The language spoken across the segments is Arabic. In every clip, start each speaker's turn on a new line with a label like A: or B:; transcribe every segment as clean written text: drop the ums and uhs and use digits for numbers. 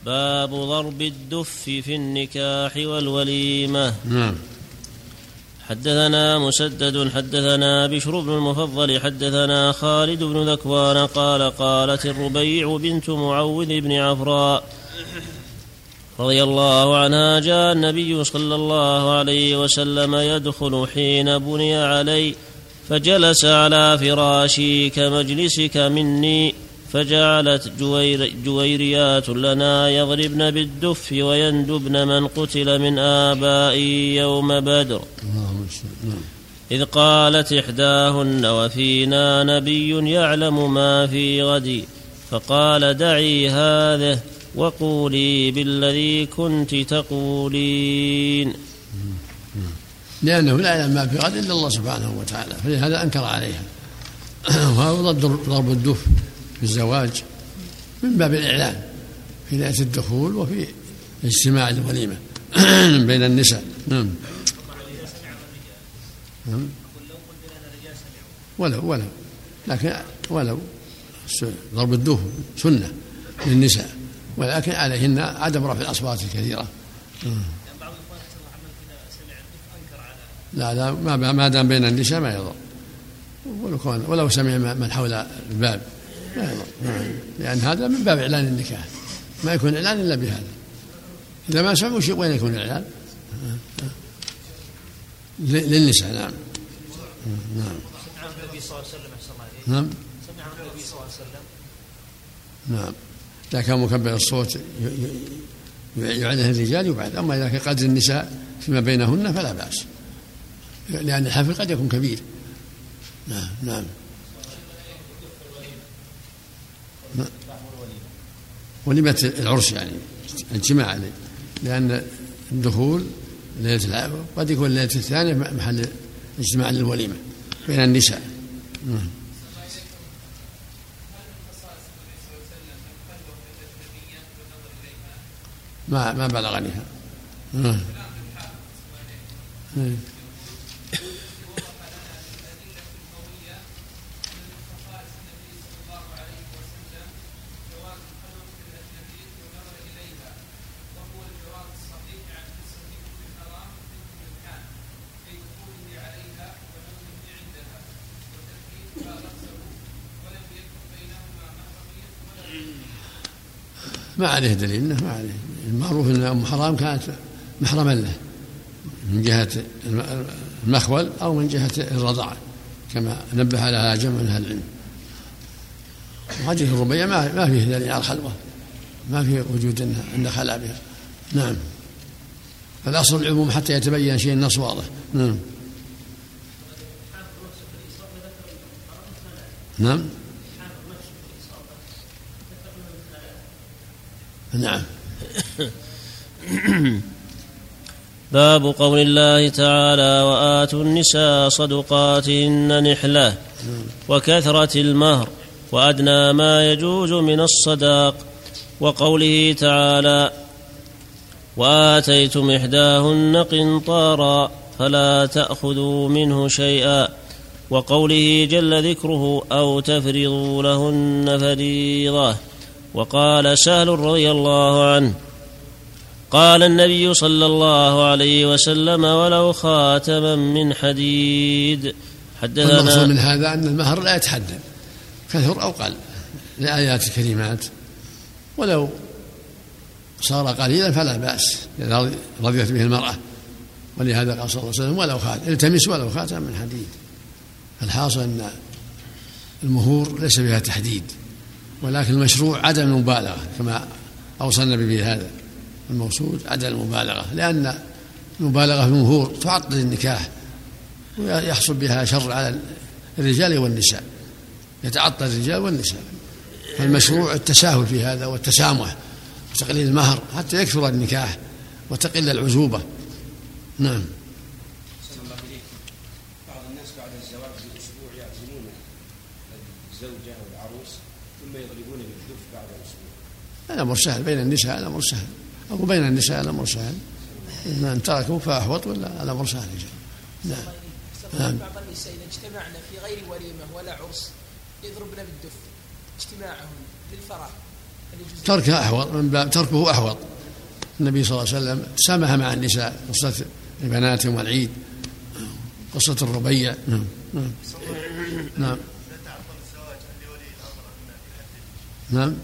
A: باب ضرب الدف في النكاح والوليمة. حدثنا مسدد حدثنا بشر بن المفضل حدثنا خالد بن ذكوان قال قالت الربيع بنت معوذ بن عفراء رضي الله عنها جاء النبي صلى الله عليه وسلم يدخل حين بني علي فجلس على فراشي كمجلسك مني فجعلت جويريات لنا يضربن بالدف ويندبن من قتل من آبائي يوم بدر إذ قالت إحداهن وفينا نبي يعلم ما في غد فقال دعي هذا وقولي بالذي كنت تقولين،
B: لأنه لا يعلم ما في غد إلا الله سبحانه وتعالى، فلهذا أنكر عليها. وهو ضرب الدف في الزواج من باب الإعلان في ليلة الدخول وفي اجتماع الوليمة بين النساء. ولو ضرب الدف سنة للنساء، ولكن عليهن عدم رفع الأصوات الكثيرة. لا ما دام بين النساء ما يضر، ولو سمع من حول الباب ما يضر، لأن هذا من باب إعلان النكاح، ما يكون إعلان إلا بهذا. إذا ما سمعوا شيء وين يكون الإعلان؟ للنساء. نعم.
C: سمع النبي صلى الله عليه وسلم.
B: نعم.
C: سمع النبي صلى الله عليه وسلم.
B: نعم. إذا كان مكبر الصوت يعلنه الرجال يبعد، أما إذا كان قدر النساء فيما بينهن فلا بأس، لأن الحفل قد يكون كبير. نعم. وليمة العرس يعني اجتماع، لأن الدخول ليلة العقد قد يكون ليلة الثانية محل اجتماع للوليمة بين النساء. ما بلغنيها. ما عليه دليل، ما عليه. المعروف أن أم حرام كانت محرما له من جهة المخول أو من جهة الرضاعة، كما نبه لها جمع من أهل العلم. وحديث الربيع ما فيه دليل على الخلوة، ما فيه وجود أن خلع بها. نعم. فالأصل العموم حتى يتبين شيء النص واضح. نعم. نعم.
A: باب قول الله تعالى وآتوا النساء صدقاتهن نحلة وكثرة المهر وأدنى ما يجوز من الصداق، وقوله تعالى وآتيتم إحداهن قنطارا فلا تأخذوا منه شيئا، وقوله جل ذكره أو تفرضوا لهن فريضة. وقال سهل رضي الله عنه قال النبي صلى الله عليه وسلم ولو خاتما من حديد. حدثنا.
B: المقصود من هذا أن المهر لا يتحدد، كثر أو قل لآيات الكريمات، ولو صار قليلا فلا بأس إذا رضيت به المرأة، ولهذا قال صلى الله عليه وسلم ولو خاتم، التمس ولو خاتم من حديد. الحاصل أن المهور ليس فيها تحديد، ولكن المشروع عدم المبالغة كما أوصى النبي بهذا. المقصود عدم المبالغة، لأن المبالغة في المهور تعطل النكاح ويحصل بها شر على الرجال والنساء، يتعطل الرجال والنساء. فالمشروع التساهل في هذا والتسامح وتقليل المهر حتى يكثر النكاح وتقل العزوبة. نعم.
D: بعض الناس بعد الزواج بأسبوع يعزمون الزوجة والعروس ثم يضربون بالدف بعد أسبوع.
B: الأمر سهل بين النساء، الأمر سهل، أو بين النساء الأمر سهل، إن تركوا فأحوط ولا الأمر سهل. نعم.
C: بعض النساء إذا اجتمعنا في غير وليمة ولا عرس يضربن بالدف اجتماعهم للفرح،
B: تركها أحوط، من باب تركه أحوط. النبي صلى الله عليه وسلم سامح مع النساء، قصة البنات يوم العيد، قصة الربيع. نعم نعم نعم.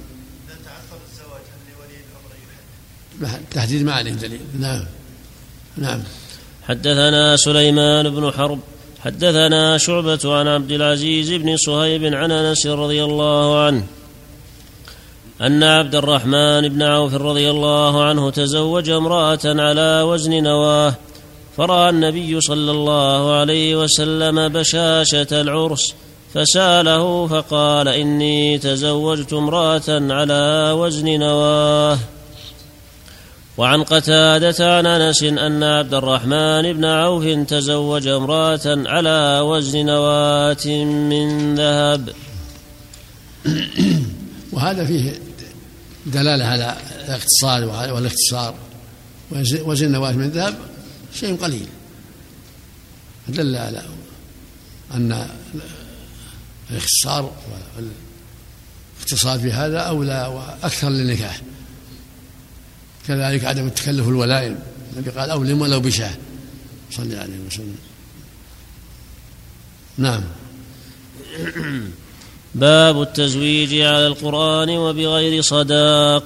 B: تحديد ما عليه دليل. نعم نعم.
A: حدثنا سليمان بن حرب حدثنا شعبة عن عبد العزيز بن صهيب عن أنس رضي الله عنه أن عبد الرحمن بن عوف رضي الله عنه تزوج امرأة على وزن نواه، فرأى النبي صلى الله عليه وسلم بشاشة العرس فسأله فقال: إني تزوجت امرأة على وزن نواه. وعن قتادة عن أنس أن عبد الرحمن بن عوف تزوج امرأة على وزن نواة من ذهب.
B: وهذا فيه دلالة على الاقتصاد والاختصار. وزن نواة من ذهب شيء قليل، دل على أن الاختصار والاقتصاد في هذا أولى وأكثر للنكاح. كذلك عدم التكلف الولائم، النبي قال: أولم ولو بشاه، صلى عليه وسلم. نعم.
A: باب التزويج على القرآن وبغير صداق.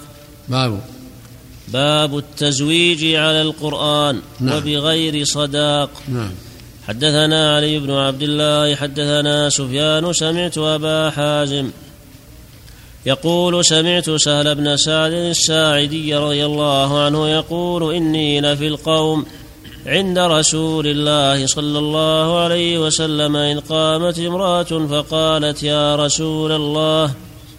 A: باب التزويج على القرآن. نعم. وبغير صداق.
B: نعم.
A: حدثنا علي بن عبد الله حدثنا سفيان سمعت أبا حازم يقول: سمعت سهل بن سعد الساعدي رضي الله عنه يقول: إني لفي القوم عند رسول الله صلى الله عليه وسلم إذ قامت امرأة فقالت: يا رسول الله،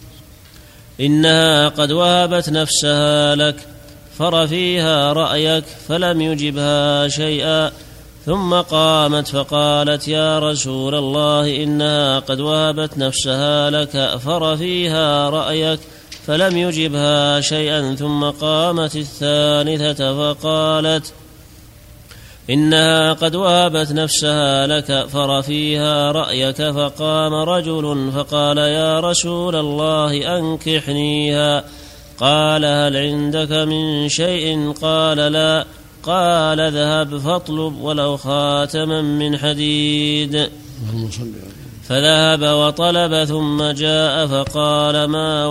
A: إنها قد وهبت نفسها لك، فرفيها رأيك، فلم يجبها شيئا. ثم قامت فقالت: يا رسول الله، إنها قد وهبت نفسها لك، فرفيها رأيك، فلم يجبها شيئا. ثم قامت الثالثة فقالت: إنها قد وهبت نفسها لك، فرفيها رأيك. فقام رجل فقال: يا رسول الله، أنكحنيها. قال: هل عندك من شيء؟ قال: لا. قال: اذهب فاطلب ولو خاتما من حديد. فذهب وطلب ثم جاء فقال: ما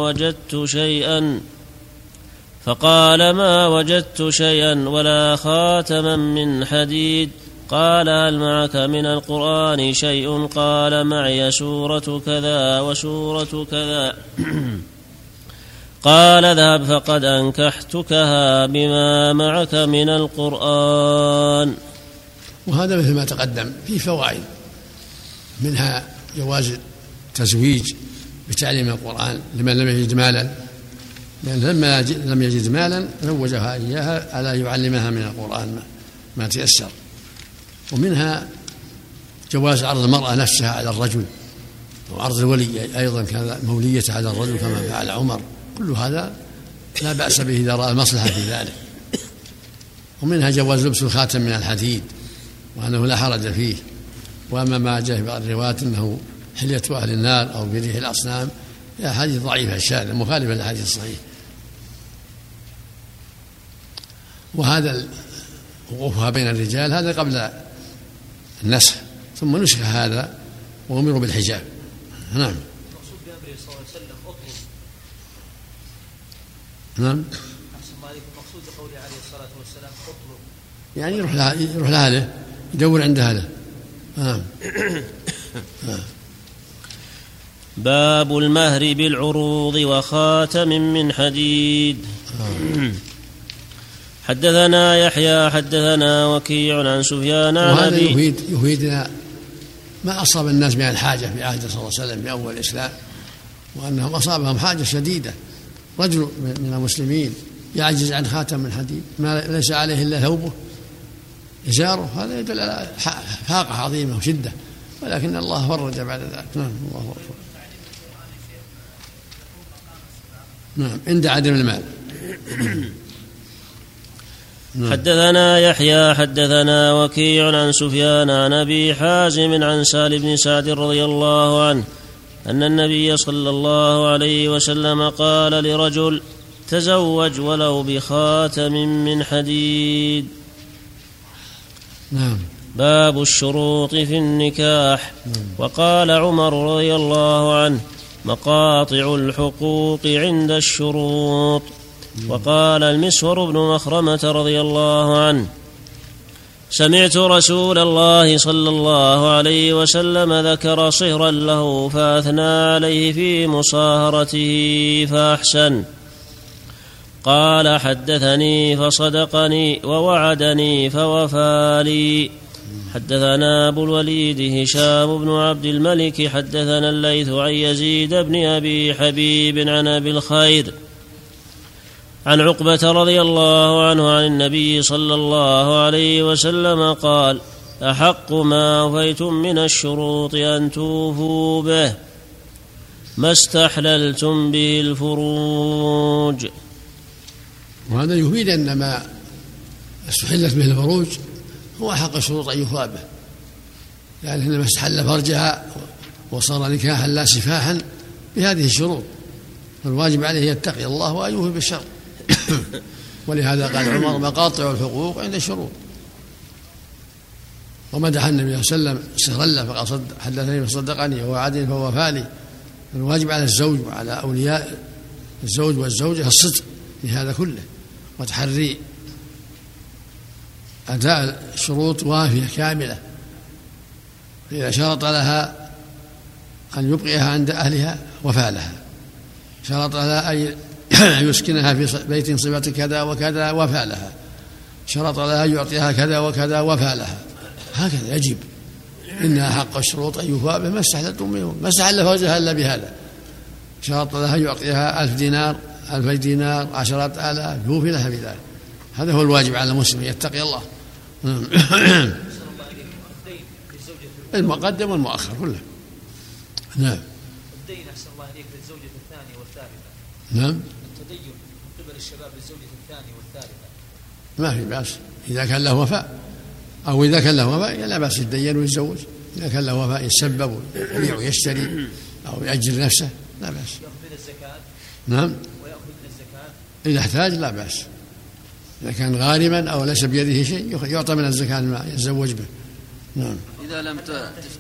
A: وجدت شيئا ولا خاتما من حديد. قال: هل معك من القرآن شيء؟ قال: معي سورة كذا وسورة كذا. قال: اذهب فقد أنكحتكها بما معك من القرآن.
B: وهذا مثل ما تقدم فيه فوائد، منها جواز التزويج بتعليم القرآن لمن لم يجد مالا، لأن لما لم يجد مالا زوجها إياها على يعلمها من القرآن ما تيسر. ومنها جواز عرض المرأة نفسها على الرجل، وعرض الولي أيضا كان مولية على الرجل كما فعل عمر. كل هذا لا بأس به إذا رأى المصلحة في ذلك. ومنها جواز لبس الخاتم من الحديد، وأنه لا حرج فيه. وأما ما جاء في بعض الروايات أنه حلية أهل النار أو بريح الأصنام، حديث ضعيف الشاذ مخالفة للحديث الصحيح. وهذا وقوفها بين الرجال هذا قبل النسخ، ثم نسخ هذا وأمروا بالحجاب. نعم.
C: المقصود بأمره صلى الله عليه وسلم أطلب.
B: نعم.
C: أحسن الله عليكم. المقصود بقوله عليه الصلاة والسلام أطلب،
B: يعني يروح لأهله يدور عند أهله. نعم.
A: باب المهر بالعروض وخاتم من حديد. حدثنا يحيى حدثنا وكيع عن سفيان عن
B: وهذا يفيدنا ما أصاب الناس من الحاجة في عهد صلى الله عليه وسلم في أول الإسلام، وأنهم أصابهم حاجة شديدة. رجل من المسلمين يعجز عن خاتم من حديد ما ليس عليه إلا ثوبه إزاره، هذا يدل على فاقة عظيمة وشدة، ولكن الله فرج بعد ذلك. نعم. الله أكبر. نعم. عند عدم المال.
A: حدثنا يحيى حدثنا وكيع عن سفيان عن أبي حازم عن سهل بن سعد رضي الله عنه أن النبي صلى الله عليه وسلم قال لرجل: تزوج ولو بخاتم من حديد.
B: نعم.
A: باب الشروط في النكاح. وقال عمر رضي الله عنه: مقاطع الحقوق عند الشروط. وقال المسور بن مخرمة رضي الله عنه: سمعت رسول الله صلى الله عليه وسلم ذكر صهرا له فأثنى عليه في مصاهرته فأحسن. قال: حدثني فصدقني ووعدني فوفى لي. حدثنا أبو الوليد هشام بن عبد الملك حدثنا الليث عن يزيد بن أبي حبيب عن أبي الخير عن عقبة رضي الله عنه عن النبي صلى الله عليه وسلم قال: أحق ما أوفيتم من الشروط أن توفوا به، ما استحللتم به الفروج.
B: وهذا يفيد أن ما استحلت به الفروج هو أحق الشروط أن يوفى به، يعني إنما استحل فرجها وصار نكاحا لا سفاحا بهذه الشروط، فالواجب عليه يتقي الله وأن يوفي بالشر. ولهذا قال عمر: مقاطع الحقوق عند الشروط. ومدح النبي صلى الله عليه وسلم صهرا له فقال: حدثني فصدقني ووعدني فوفى لي. الواجب على الزوج وعلى أولياء الزوج والزوجة الصدق في هذا كله، وتحري أداء الشروط وافية كاملة. إذا شرط لها أن يبقيها عند أهلها وفى لها، شرط لها أن يسكنها في بيت صفة كذا وكذا وفى لها، شرط لها أن يعطيها كذا وكذا وفى لها. هكذا يجب، إنها حق الشروط أن يوفى به، ما استحللتم منه، ما استحل فرجها إلا بهذا. شرط لها أن يعطيها 1000 دينار 2000 دينار 10,000 يوفي لها بذلك. هذا هو الواجب على المسلم، يتقي الله. المقدم والمؤخر كله. نعم.
C: الدين أحسن الله إليك للزوجة الثانية والثالثة.
B: نعم.
C: التدين من قبل الشباب للزوجة الثانية والثالثة
B: ما في بأس إذا كان له وفاء، أو إذا كان له وفاء لا بأس يتدين ويتزوج. إذا كان له وفاء يتسبب ويبيع ويشتري أو يأجر نفسه لا بأس.
C: يأخذ من الزكاة.
B: نعم.
C: ويأخذ من الزكاة
B: إذا احتاج لا بأس. إذا كان غارما أو ليس بيده شيء يعطى من الزكاة ما يتزوج به. نعم.
C: إذا لم
B: ها؟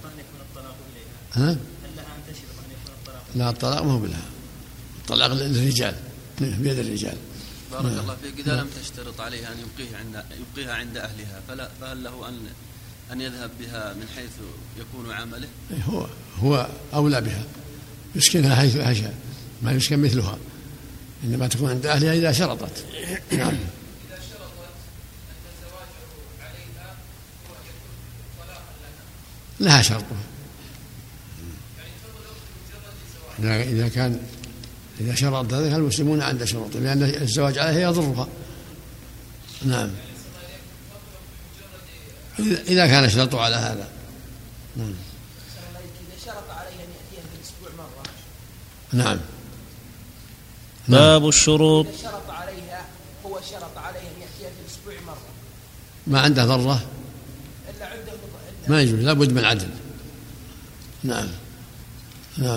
B: لا، الطلاق ما هو بالها، الطلاق للرجال بيد الرجال.
E: بارك الله فيك. إذا لم تشترط عليها أن يبقيها عند أهلها فهل له أن يذهب بها من حيث يكون عمله؟
B: هو أولى بها، يسكنها حيث أشاء، ما يسكن مثلها، إنما تكون عند أهلها إذا شرطت. نعم.
F: إذا شرطت أن الزواج عليها هو يكون طلاقا
B: لها شرطها، إذا شرط ذلك المسلمون عند شروط، لأن الزواج عليها يضرها. نعم. إذا كان الشرط على هذا.
C: إذا شرط عليها أن يأتيها في الأسبوع مرة.
B: نعم.
A: باب الشروط.
C: إذا شرط عليها هو شرط عليها أن يأتيها في الأسبوع مرة،
B: ما عنده ضرة
C: إلا عنده
B: ما يجوز، لا بد من عدل. نعم. نعم.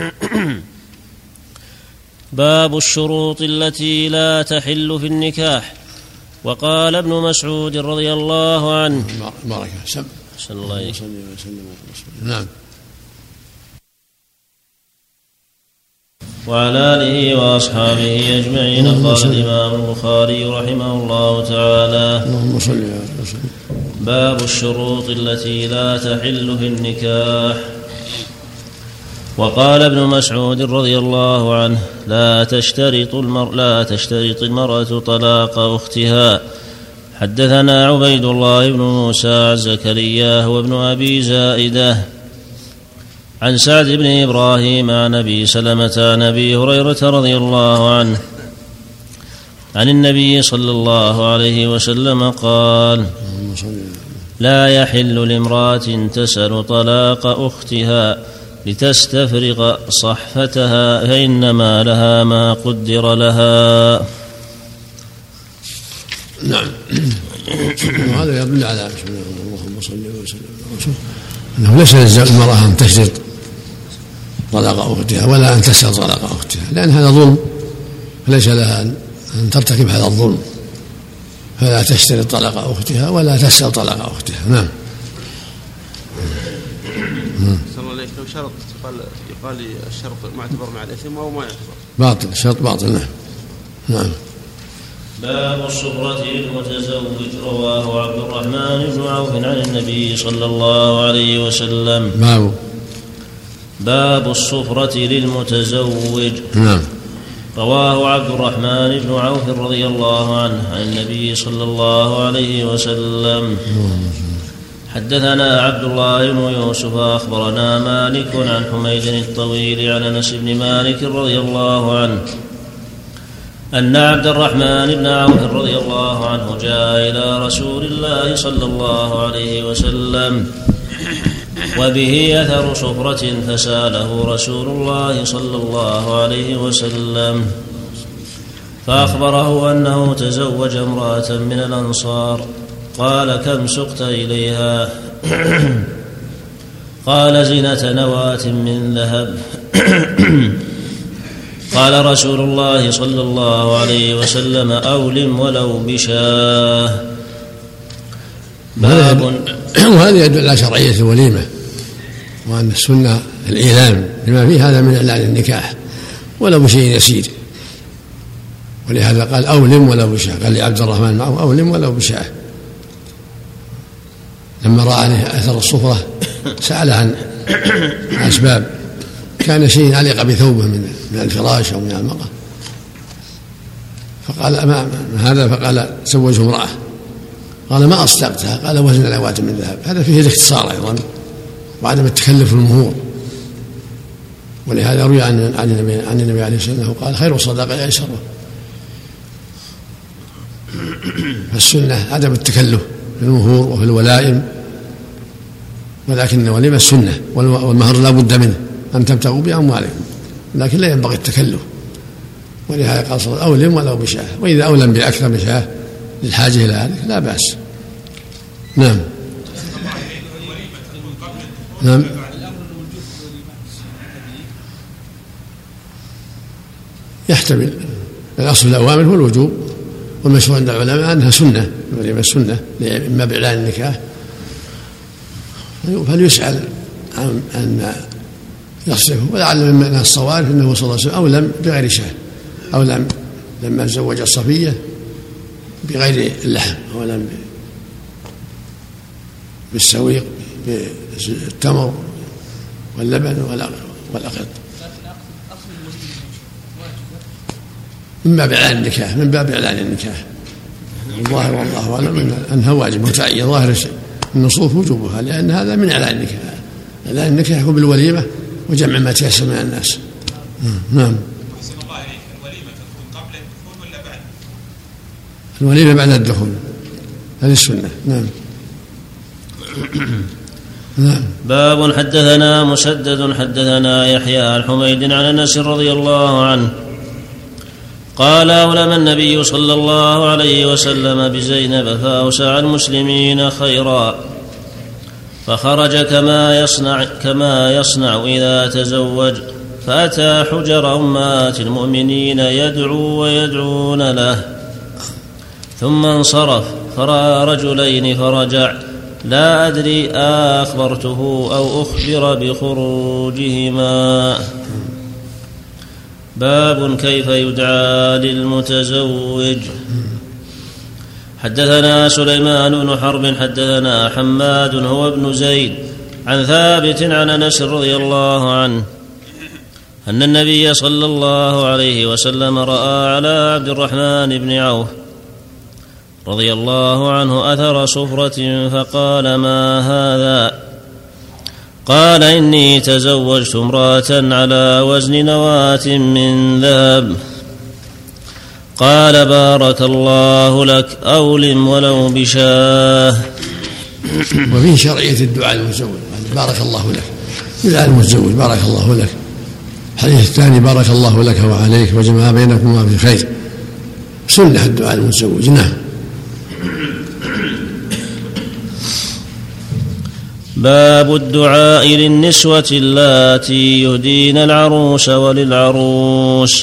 A: باب الشروط التي لا تحل في النكاح. وقال ابن مسعود رضي الله عنه:
B: بارك الله عليه. نعم.
A: وعلى آله وأصحابه أجمعين. قال الإمام البخاري رحمه الله تعالى: باب الشروط التي لا تحل في النكاح. وقال ابن مسعود رضي الله عنه: لا تشترط المرأة طلاق أختها. حدثنا عبيد الله بن موسى زكريا وابن أبي زائدة عن سعد بن إبراهيم عن أبي سلمة عن أبي هريرة رضي الله عنه عن النبي صلى الله عليه وسلم قال: لا يحل لامرأة تسأل طلاق أختها لتستفرغ صحفتها، فإنما لها ما قدر لها.
B: نعم. هذا يدل على اللهم صل وسلم أنه ليس للمرأة أن تشترط طلاق أختها ولا أن تسأل طلاق أختها، لأن هذا ظلم، فليس لها أن ترتكب هذا الظلم، فلا تشترط طلاق أختها ولا تسأل طلاق أختها. نعم.
E: صلى الله عليه وسلم شرط يقال الشرط معتبر مع الإثم أو ما يعتبر؟
B: باطل، الشرط باطل. نعم. نعم.
A: باب الصفرة للمتزوج. رواه عبد الرحمن بن عوف عن النبي صلى الله عليه وسلم. باب الصفرة للمتزوج.
B: نعم.
A: رواه عبد الرحمن بن عوف رضي الله عنه عن النبي صلى الله عليه وسلم. حدثنا عبد الله بن يوسف أخبرنا مالك عن حميد الطويل عن أنس بن مالك رضي الله عنه أن عبد الرحمن بن عوف رضي الله عنه جاء إلى رسول الله صلى الله عليه وسلم وبه أثر صفرة فسأله رسول الله صلى الله عليه وسلم فأخبره أنه تزوج امرأة من الأنصار. قال: كم سقت إليها؟ قال: زنة نواة من ذهب. قال رسول الله صلى الله عليه وسلم: أولم ولو بشاه.
B: وهذا يدل على شرعية الوليمة، وأن السنة الإعلام لما فيه هذا من إعلان النكاح ولو بشيء يسير، ولهذا قال: أولم ولو بشاه. قال لعبد الرحمن معه: أولم ولو بشاه. لما رأى عليه أثر الصفرة سأل عن أسباب، كان شيء علق بثوبه من الفراش أو من المرأة، فقال: ما هذا؟ فقال: زوجه امرأة. قال: ما أصدقتها؟ قال: وزن نواة من ذهب. هذا فيه الاختصار أيضا وعدم التكلف المهور، ولهذا روي عن النبي عليه الصلاة والسلام قال: خير الصدقة أيسره. فالسنة عدم التكلف في المهور وفي الولائم، ولكن الوليمة السنة، والمهر لا بد منه أن تبتغوا بأموالكم، لكن لا ينبغي التكلف. ولهذا قال صلى الله عليه وسلم: أولم ولو بشاه. وإذا أولم بأكثر من شاه للحاجة إلى ذلك لا بأس. نعم. نعم. يحتمل، الأصل الأوامر هو الوجوب، والمشروع عند العلماء أنها سنة، الوليمة السنة إما بإعلان النكاح، فليسأل عن يصرفه. ولعل من الصوارف أنه صلى الله عليه وسلم أولم بغير شاه، أولم لما تزوج الصفية بغير اللحم، أولم بالسويق بالتمر واللبن والأقط، من باب إعلان النكاح، من باب إعلان النكاح. الظاهر والله أعلم أنها واجب متعين، ظاهر النصوص وجوبها، لأن هذا من إعلان النكاح. إعلان النكاح يكون بالوليمة وجمع ما تيسر من الناس. نعم.
G: الوليمة تكون قبل الدخول ولا بعد؟
B: الوليمة بعد الدخول، هذه السنة. نعم. نعم.
A: باب حدثنا مسدد حدثنا يحيى عن حميد عن أنس رضي الله عنه قال: أولم النبي صلى الله عليه وسلم بزينب فأوسع المسلمين خيرا، فخرج كما يصنع إذا تزوج، فأتى حجر أمهات المؤمنين يدعو ويدعون له، ثم انصرف فرأى رجلين فرجع، لا أدري أخبرته أو أخبر بخروجهما. باب كيف يدعى للمتزوج. حدثنا سليمان بن حرب حدثنا حماد هو ابن زيد عن ثابت عن أنس رضي الله عنه أن النبي صلى الله عليه وسلم رأى على عبد الرحمن بن عوف رضي الله عنه أثر صفرة فقال: ما هذا؟ قال: إني تزوجت امرأة على وزن نواة من ذهب. قال: بارك الله لك، أولم ولو بشاه.
B: وفيه شرعية الدعاء للمتزوج، بارك الله لك، يدعى المتزوج بارك الله لك. الحديث الثاني: بارك الله لك وعليك وجمع بينكما في خير. سنة الدعاء للمتزوج. نعم.
A: باب الدعاء للنسوة اللاتي يهدين العروس وللعروس.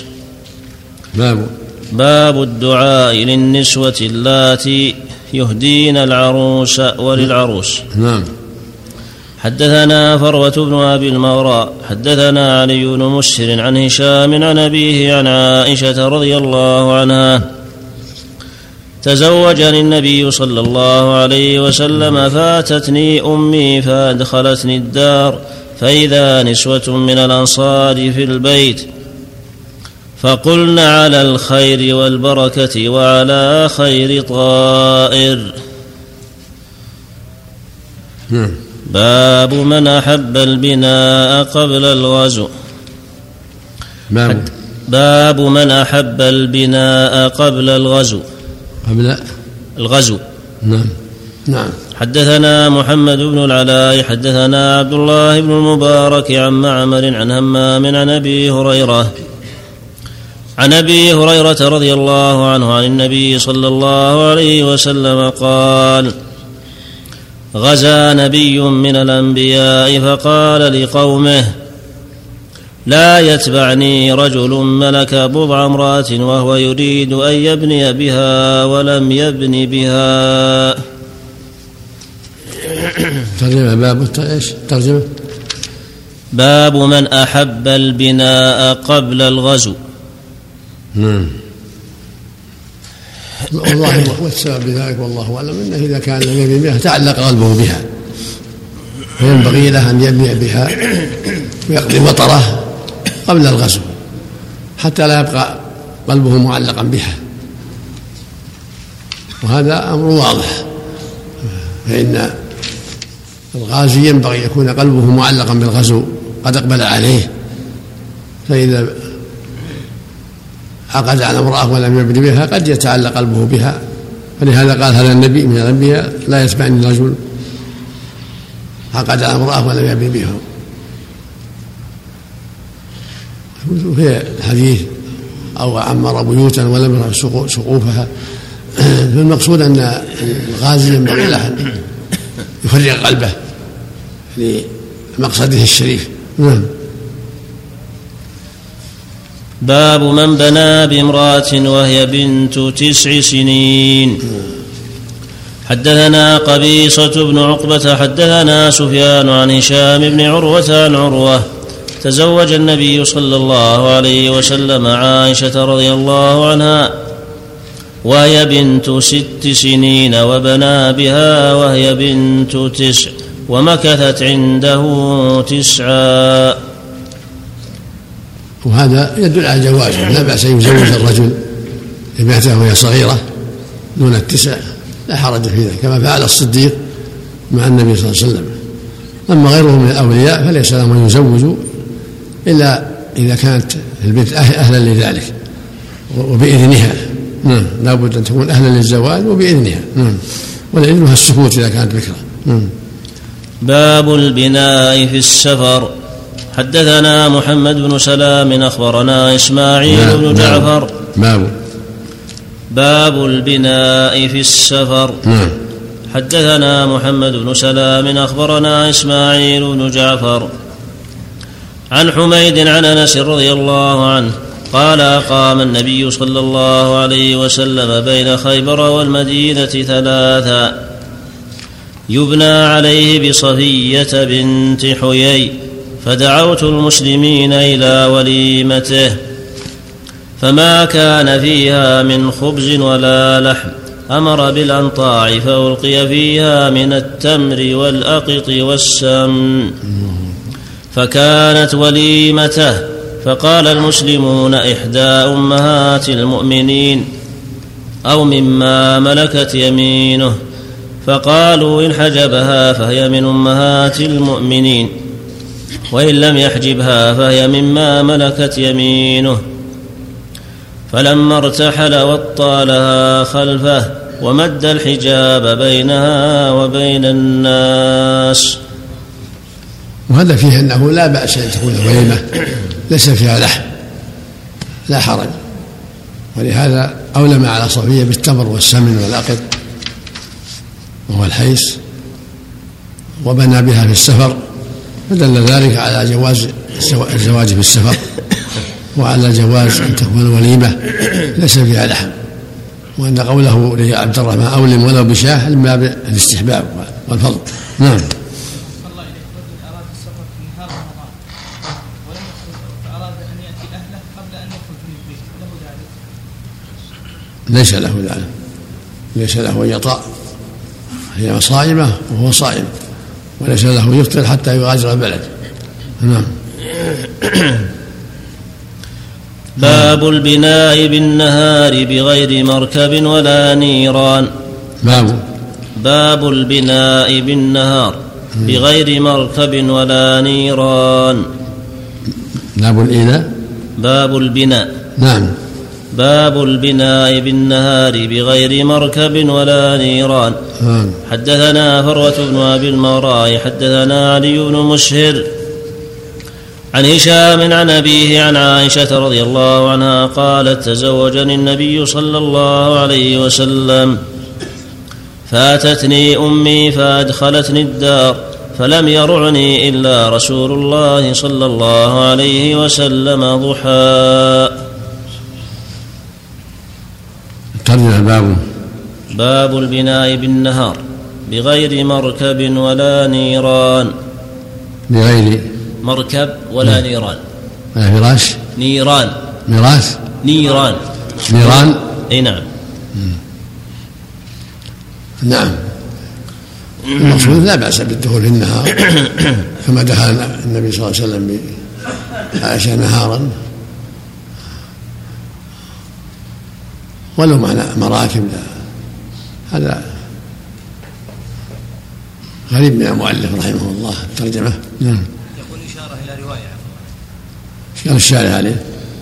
A: باب الدعاء للنسوة اللاتي يهدين العروس وللعروس.
B: نعم.
A: حدثنا فروة بن أبي المغراء حدثنا علي بن مسهر عن هشام عن أبيه عن عائشة رضي الله عنها تزوجني النبي صلى الله عليه وسلم فاتتني أمي فأدخلتني الدار فإذا نسوة من الأنصار في البيت فقلن على الخير والبركة وعلى خير طائر. باب من أحب البناء قبل الغزو. باب من أحب البناء قبل الغزو.
B: قبل
A: الغزو.
B: نعم.
A: حدثنا محمد بن العلاء حدثنا عبد الله بن المبارك عن معمر عن همام عن أبي هريرة رضي الله عنه عن النبي صلى الله عليه وسلم قال: غزا نبي من الأنبياء فقال لقومه: لا يتبعني رجل ملك بضع امرأة وهو يريد أن يبني بها ولم يبن بها.
B: ترجمة
A: باب من أحب البناء قبل الغزو.
B: والسبب بذلك والله أعلم أنه إذا كان لم يبني بها تعلق قلبه بها فينبغي له أن يبني بها ويقضي وطره قبل الغزو حتى لا يبقى قلبه معلقا بها، وهذا أمر واضح، فإن الغازي ينبغي يكون قلبه معلقا بالغزو قد أقبل عليه، فإذا عقد على امرأة ولم يبني بها قد يتعلق قلبه بها، فلهذا قال هذا النبي من الأنبياء: لا يتبعني رجل عقد على امرأة ولم يبني بها. في الحديث: أو عمر بيوتا ولم يرى سقوفها. فالمقصود أن الغازي ينبغي له أن يفرغ قلبه لمقصده الشريف.
A: باب من بنى بامرأة وهي بنت 9 سنين. حدثنا قبيصة بن عقبة حدثنا سفيان عن هشام بن عروة عن عروة: تزوج النبي صلى الله عليه وسلم عائشة رضي الله عنها وهي بنت 6 سنين وبنى بها وهي بنت 9 ومكثت عنده 9.
B: وهذا يدل على جوازه، لا بأس أن يزوج الرجل ابنته وهي صغيرة دون 9، لا حرج في ذلك، كما فعل الصديق مع النبي صلى الله عليه وسلم. أما غيره من الأولياء فليس لهم أن يزوجوا إلا إذا كانت البنت أهلا لذلك وبإذنها. لا بد أن تكون أهلا للزواج وبإذنها، والإذن السكوت إذا كانت بكرة.
A: باب البناء في السفر. حدثنا محمد بن سلام أخبرنا إسماعيل بن جعفر. باب البناء في السفر. حدثنا محمد بن سلام أخبرنا إسماعيل بن جعفر عن حميد عن أنس رضي الله عنه قال: أقام النبي صلى الله عليه وسلم بين خيبر والمدينة 3 يبنى عليه بصفية بنت حيي، فدعوت المسلمين إلى وليمته فما كان فيها من خبز ولا لحم، أمر بالأنطاع فألقي فيها من التمر والأقط والسمن، فكانت وليمته، فقال المسلمون: إحدى أمهات المؤمنين أو مما ملكت يمينه، فقالوا: إن حجبها فهي من أمهات المؤمنين، وإن لم يحجبها فهي مما ملكت يمينه. فلما ارتحل وطى لها خلفه ومد الحجاب بينها وبين الناس.
B: وهذا فيه أنه لا بأس أن تكون وليمة ليس فيها لحم، لا حرج، ولهذا أولم على صفية بالتمر والسمن والأقط وهو الحيس، وبنى بها في السفر، فدل ذلك على جواز الزواج في السفر وعلى جواز أن تكون الوليمة ليس فيها لحم، وأن قوله لعبد الرحمن أولم ولو بشاه من باب الاستحباب والفضل. نعم.
F: أراد السفر في نهار رمضان ولم يخرج فأراد أن يأتي أهله قبل أن يدخل في البيت، له ذلك؟
B: ليس له ذلك، ليس له أن يطأ، هي صائمة وهو صائم، وليس له يفطر حتى يغادر البلد. نعم.
A: باب البناء بالنهار بغير مركب ولا نيران. باب البناء بالنهار بغير مركب ولا نيران.
B: باب
A: البناء.
B: نعم.
A: باب البناء بالنهار بغير مركب ولا نيران. حدثنا فروة بن أبي المراء حدثنا علي بن مشهر عن هشام عن أبيه عن عائشة رضي الله عنها قالت تزوجني النبي صلى الله عليه وسلم فأتتني أمي فأدخلتني الدار فلم يرعني إلا رسول الله صلى الله عليه وسلم ضحى. باب البناء بالنهار بغير مركب ولا نيران.
B: بغير
A: مركب ولا نيران.
B: فراش.
A: نيران.
B: ميراث.
A: نيران. اي نعم.
B: نعم. المقصود لا بأس بالدخول في النهار كما دخل النبي صلى الله عليه وسلم بعائشة نهارا، ولو معنى مراكب هذا غريب من المؤلف رحمه الله الترجمة. نعم.
C: يقول إشارة إلى رواية
B: قال الشارع عليه.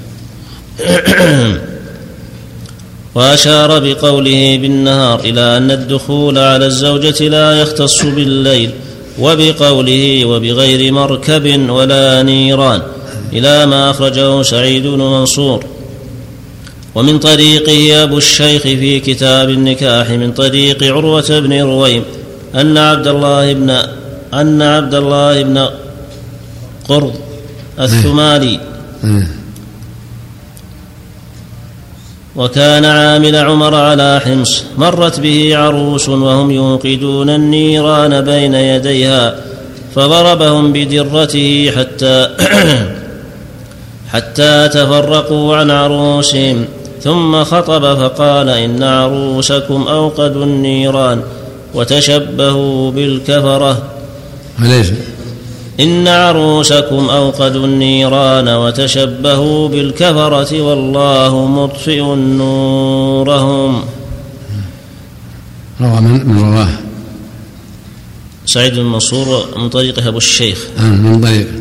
A: وأشار بقوله بالنهار إلى أن الدخول على الزوجة لا يختص بالليل، وبقوله وبغير مركب ولا نيران إلى ما أخرجه سعيد بن منصور. ومن طريقه أبو الشيخ في كتاب النكاح من طريق عروة بن رويم أن عبد الله بن قرض الثمالي وكان عامل عمر على حمص مرت به عروس وهم يوقدون النيران بين يديها فضربهم بدرته حتى تفرقوا عن عروسهم، ثم خطب فقال إن عروسكم أوقدوا النيران وتشبهوا بالكفرة. إن عروسكم أوقدوا النيران وتشبهوا بالكفرة والله مطفئ نورهم.
B: رواه من رواه
A: سعيد بن منصور من طريق أبو الشيخ
B: من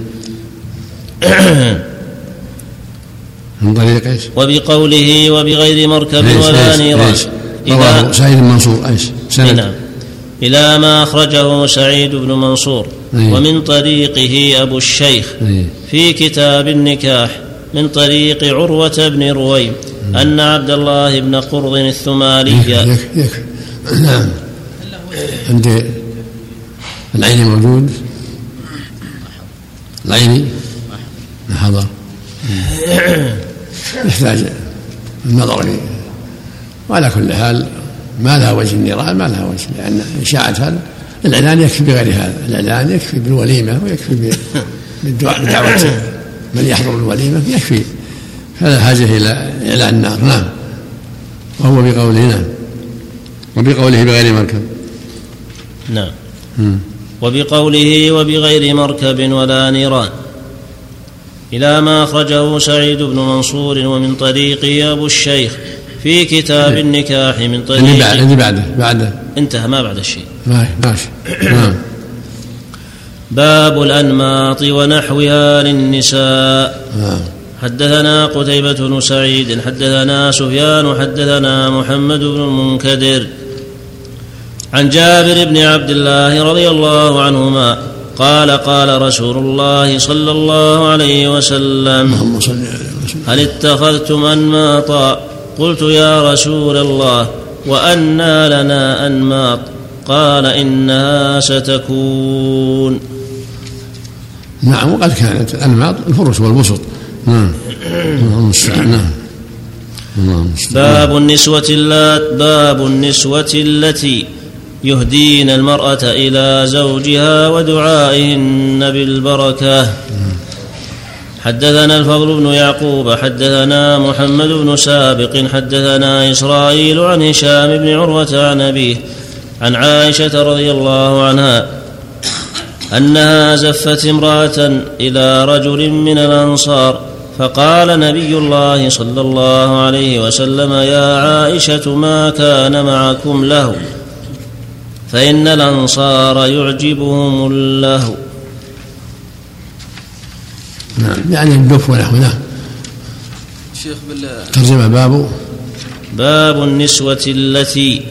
B: طريق ايش؟
A: وبقوله وبغير مركب ولا نيران
B: رواه سعيد بن منصور ايش؟
A: نعم إلى ما أخرجه سعيد بن منصور. ومن طريقه أبو الشيخ في كتاب النكاح من طريق عروة بن رويم أن عبد الله بن قرض الثمالي.
B: نعم. عند العين موجود. العيني حضر يحتاج النظر فيه، وعلى كل حال ما لها وجه النيران، ما لها وجه، لأن إشاعة هذا الإعلان يكفي بغير هذا، الإعلان يكفي بالوليمة ويكفي بالدعاء بدعوة من يحضر الوليمة يكفي، فلا حاجة إلى إعلان النار. نعم. وهو بقوله نعم وبقوله بغير مركب.
A: نعم. وبقوله وبغير مركب ولا نيران إلى ما أخرجه سعيد بن منصور ومن طريق أبو الشيخ في كتاب النكاح من طريق
B: اللي بعده
A: انتهى ما بعد الشيء.
B: ماشي. نعم.
A: باب الأنماط ونحوها للنساء. حدثنا قتيبة بن سعيد حدثنا سفيان حدثنا محمد بن المنكدر عن جابر بن عبد الله رضي الله عنهما قال قال رسول الله صلى الله عليه وسلم هل اتخذتم أنماطا؟ قلت يا رسول الله وأنى لنا أنماط؟ قال إنها ستكون.
B: نعم وقد كانت الأنماط الفرش والبسط. نعم.
A: باب النسوة التي يهدين المرأة إلى زوجها ودعائهن بالبركة. حدثنا الفضل بن يعقوب حدثنا محمد بن سابق حدثنا إسرائيل عن هشام بن عروة عن أبيه عن عائشة رضي الله عنها أنها زفت امرأة إلى رجل من الأنصار فقال نبي الله صلى الله عليه وسلم يا عائشة ما كان معكم له فإن الأنصار يعجبهم اللهو.
B: نعم يعني الدف ونحو. نعم.
E: شيخ
B: ترجمة
A: باب النسوة التي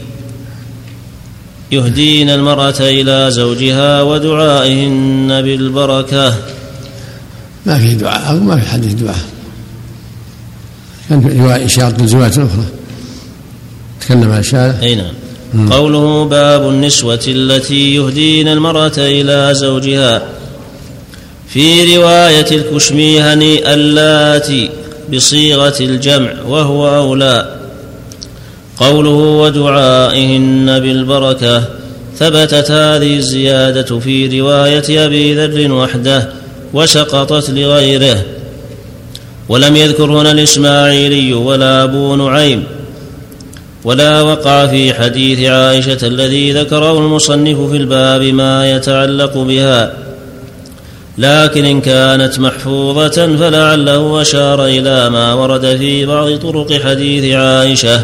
A: يهدين المرأة إلى زوجها ودعائهن بالبركة.
B: ما في دعاء أو ما في حديث دعاء، كان في إشارة للزواج الأخرى تكلم عن الشارع.
A: أي نعم. قوله باب النسوة التي يهدين المرأة إلى زوجها. في رواية الكشميهني اللاتي بصيغة الجمع وهو أولى. قوله ودعائهن بالبركة ثبتت هذه الزيادة في رواية أبي ذر وحده وسقطت لغيره، ولم يذكر هنا الإسماعيلي ولا أبو نعيم، ولا وقع في حديث عائشة الذي ذكره المصنف في الباب ما يتعلق بها، لكن إن كانت محفوظة فلعله أشار إلى ما ورد في بعض طرق حديث عائشة،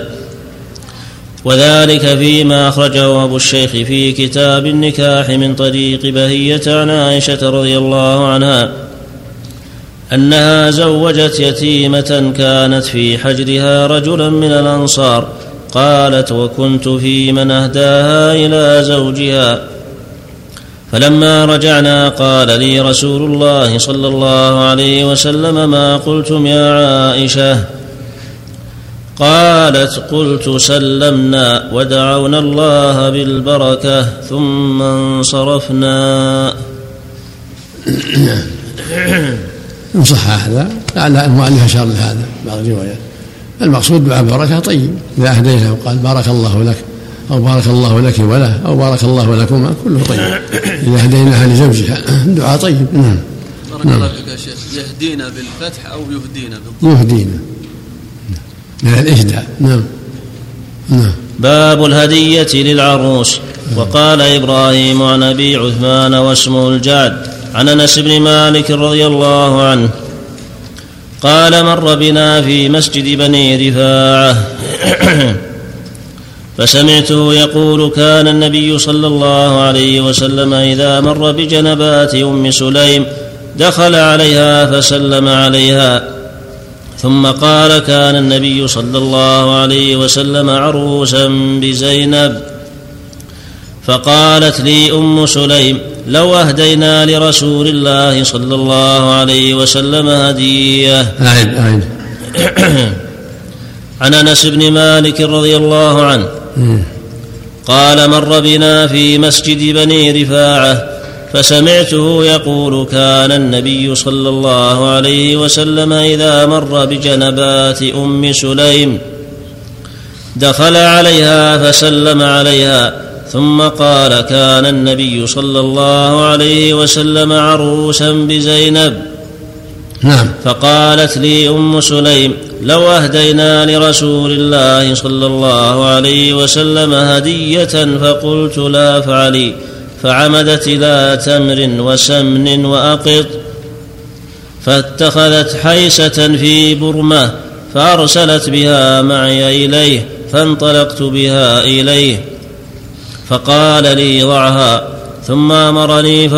A: وذلك فيما أخرجه أبو الشيخ في كتاب النكاح من طريق بهية عن عائشة رضي الله عنها أنها زوجت يتيمة كانت في حجرها رجلا من الأنصار، قالت وكنت في من أهداها إلى زوجها، فلما رجعنا قال لي رسول الله صلى الله عليه وسلم ما قلتم يا عائشة؟ قالت قلت سلمنا ودعونا الله بالبركة ثم انصرفنا.
B: إن صح هذا لعل المؤلف أشار لهذا بعض الروايات. المقصود دعاء بركة طيب، إذا أهديته وقال بارك الله لك أو بارك الله لك وله أو بارك الله لكما كله طيب. إذا هديناها لزوجها دعاء طيب.
E: بارك الله فيك يا شيخ. يهدينا بالفتح أو يهدينا
B: يهدينا من الإهداء. نعم.
A: باب الهدية للعروس. وقال إبراهيم عن أبي عثمان واسمه الجعد عن أنس بن مالك رضي الله عنه قال مر بنا في مسجد بني رفاعة فسمعته يقول كان النبي صلى الله عليه وسلم إذا مر بجنبات أم سليم دخل عليها فسلم عليها، ثم قال كان النبي صلى الله عليه وسلم عروسا بزينب، فقالت لي أم سليم لو أهدينا لرسول الله صلى الله عليه وسلم هدية. عن أنس بن مالك رضي الله عنه قال مر بنا في مسجد بني رفاعة فسمعته يقول كان النبي صلى الله عليه وسلم إذا مر بجنبات أم سليم دخل عليها فسلم عليها، ثم قال كان النبي صلى الله عليه وسلم عروسا بزينب. فقالت لي أم سليم لو أهدينا لرسول الله صلى الله عليه وسلم هدية، فقلت لا فعلي، فعمدت إلى تمر وسمن وأقط، فاتخذت حيسة في برمة فأرسلت بها معي إليه، فانطلقت بها إليه فقال لي ضعها، ثم أمرني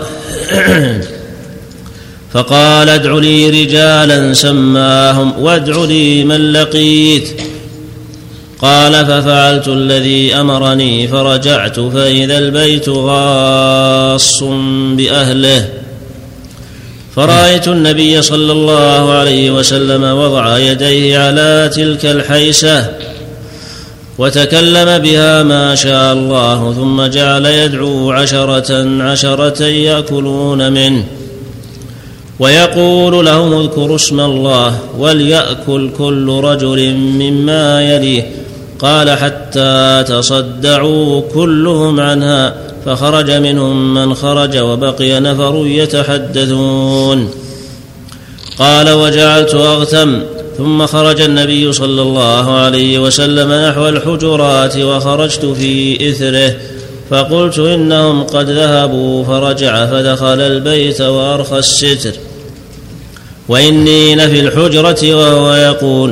A: فقال ادع لي رجالا سماهم وادع لي من لقيت. قال ففعلت الذي أمرني فرجعت فإذا البيت غاص بأهله، فرأيت النبي صلى الله عليه وسلم وضع يديه على تلك الحيسة وتكلم بها ما شاء الله، ثم جعل يدعو 10 يأكلون منه ويقول لهم اذكروا اسم الله وليأكل كل رجل مما يليه. قال حتى تصدعوا كلهم عنها، فخرج منهم من خرج وبقي نفر يتحدثون. قال وجعلت أغتم، ثم خرج النبي صلى الله عليه وسلم نحو الحجرات وخرجت في إثره، فقلت إنهم قد ذهبوا، فرجع فدخل البيت وأرخى الستر، وإني لفي الحجرة وهو يقول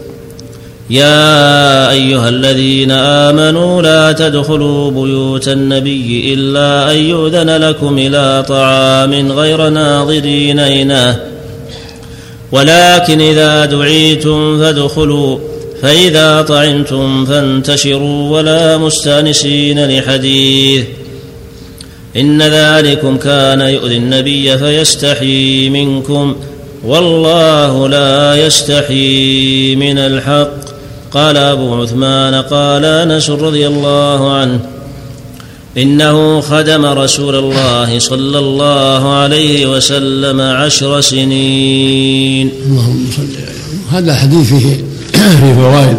A: يا أيها الذين آمنوا لا تدخلوا بيوت النبي إلا أن يؤذن لكم إلى طعام غير ناظرين إناه، ولكن إذا دعيتم فادخلوا، فإذا طعمتم فانتشروا ولا مستأنسين لحديث، إن ذلكم كان يؤذي النبي فيستحيي منكم، والله لا يستحيي من الحق. قال أبو عثمان قال أنس رضي الله عنه إنه خدم رسول الله صلى الله عليه وسلم 10 سنين.
B: اللهم صل عليه. هذا الحديث فيه فوائد،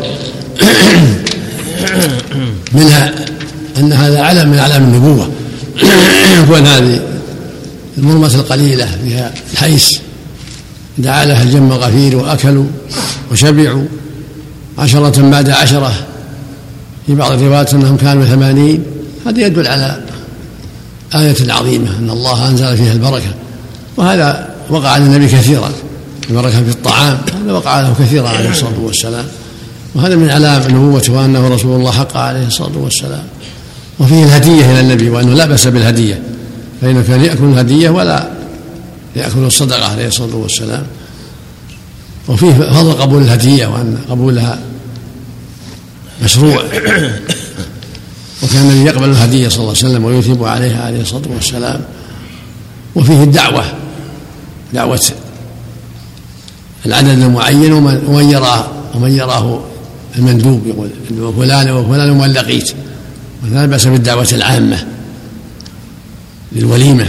B: منها أن هذا علم من أعلام النبوة، وأن هذه المرمة القليلة فيها الحيس دعا لها الجم غفير وأكلوا وشبعوا 10 بعد 10، في بعض الروايات أنهم كانوا 80. هذا يدل على آية عظيمة أن الله أنزل فيها البركة، وهذا وقع للنبي كثيرا، البركة في الطعام هذا وقع له كثيرا عليه الصلاة والسلام، وهذا من علام نبوته وأنه رسول الله حق عليه الصلاة والسلام. وفيه الهدية إلى النبي، وأنه لا بأس بالهدية، فإنه كان يأكل الهدية ولا يأكل الصدقة عليه الصلاة والسلام. وفيه فضل قبول الهدية، وأن قبولها مشروع، وكان النبي يقبل الهدية صلى الله عليه وسلم ويثيب عليها عليه الصلاة والسلام. وفيه الدعوة، دعوة العدد المعين ومن يراه المندوب، يقول فلان وفلان ومن لقيت، ولا بأس بالدعوة العامة للوليمة.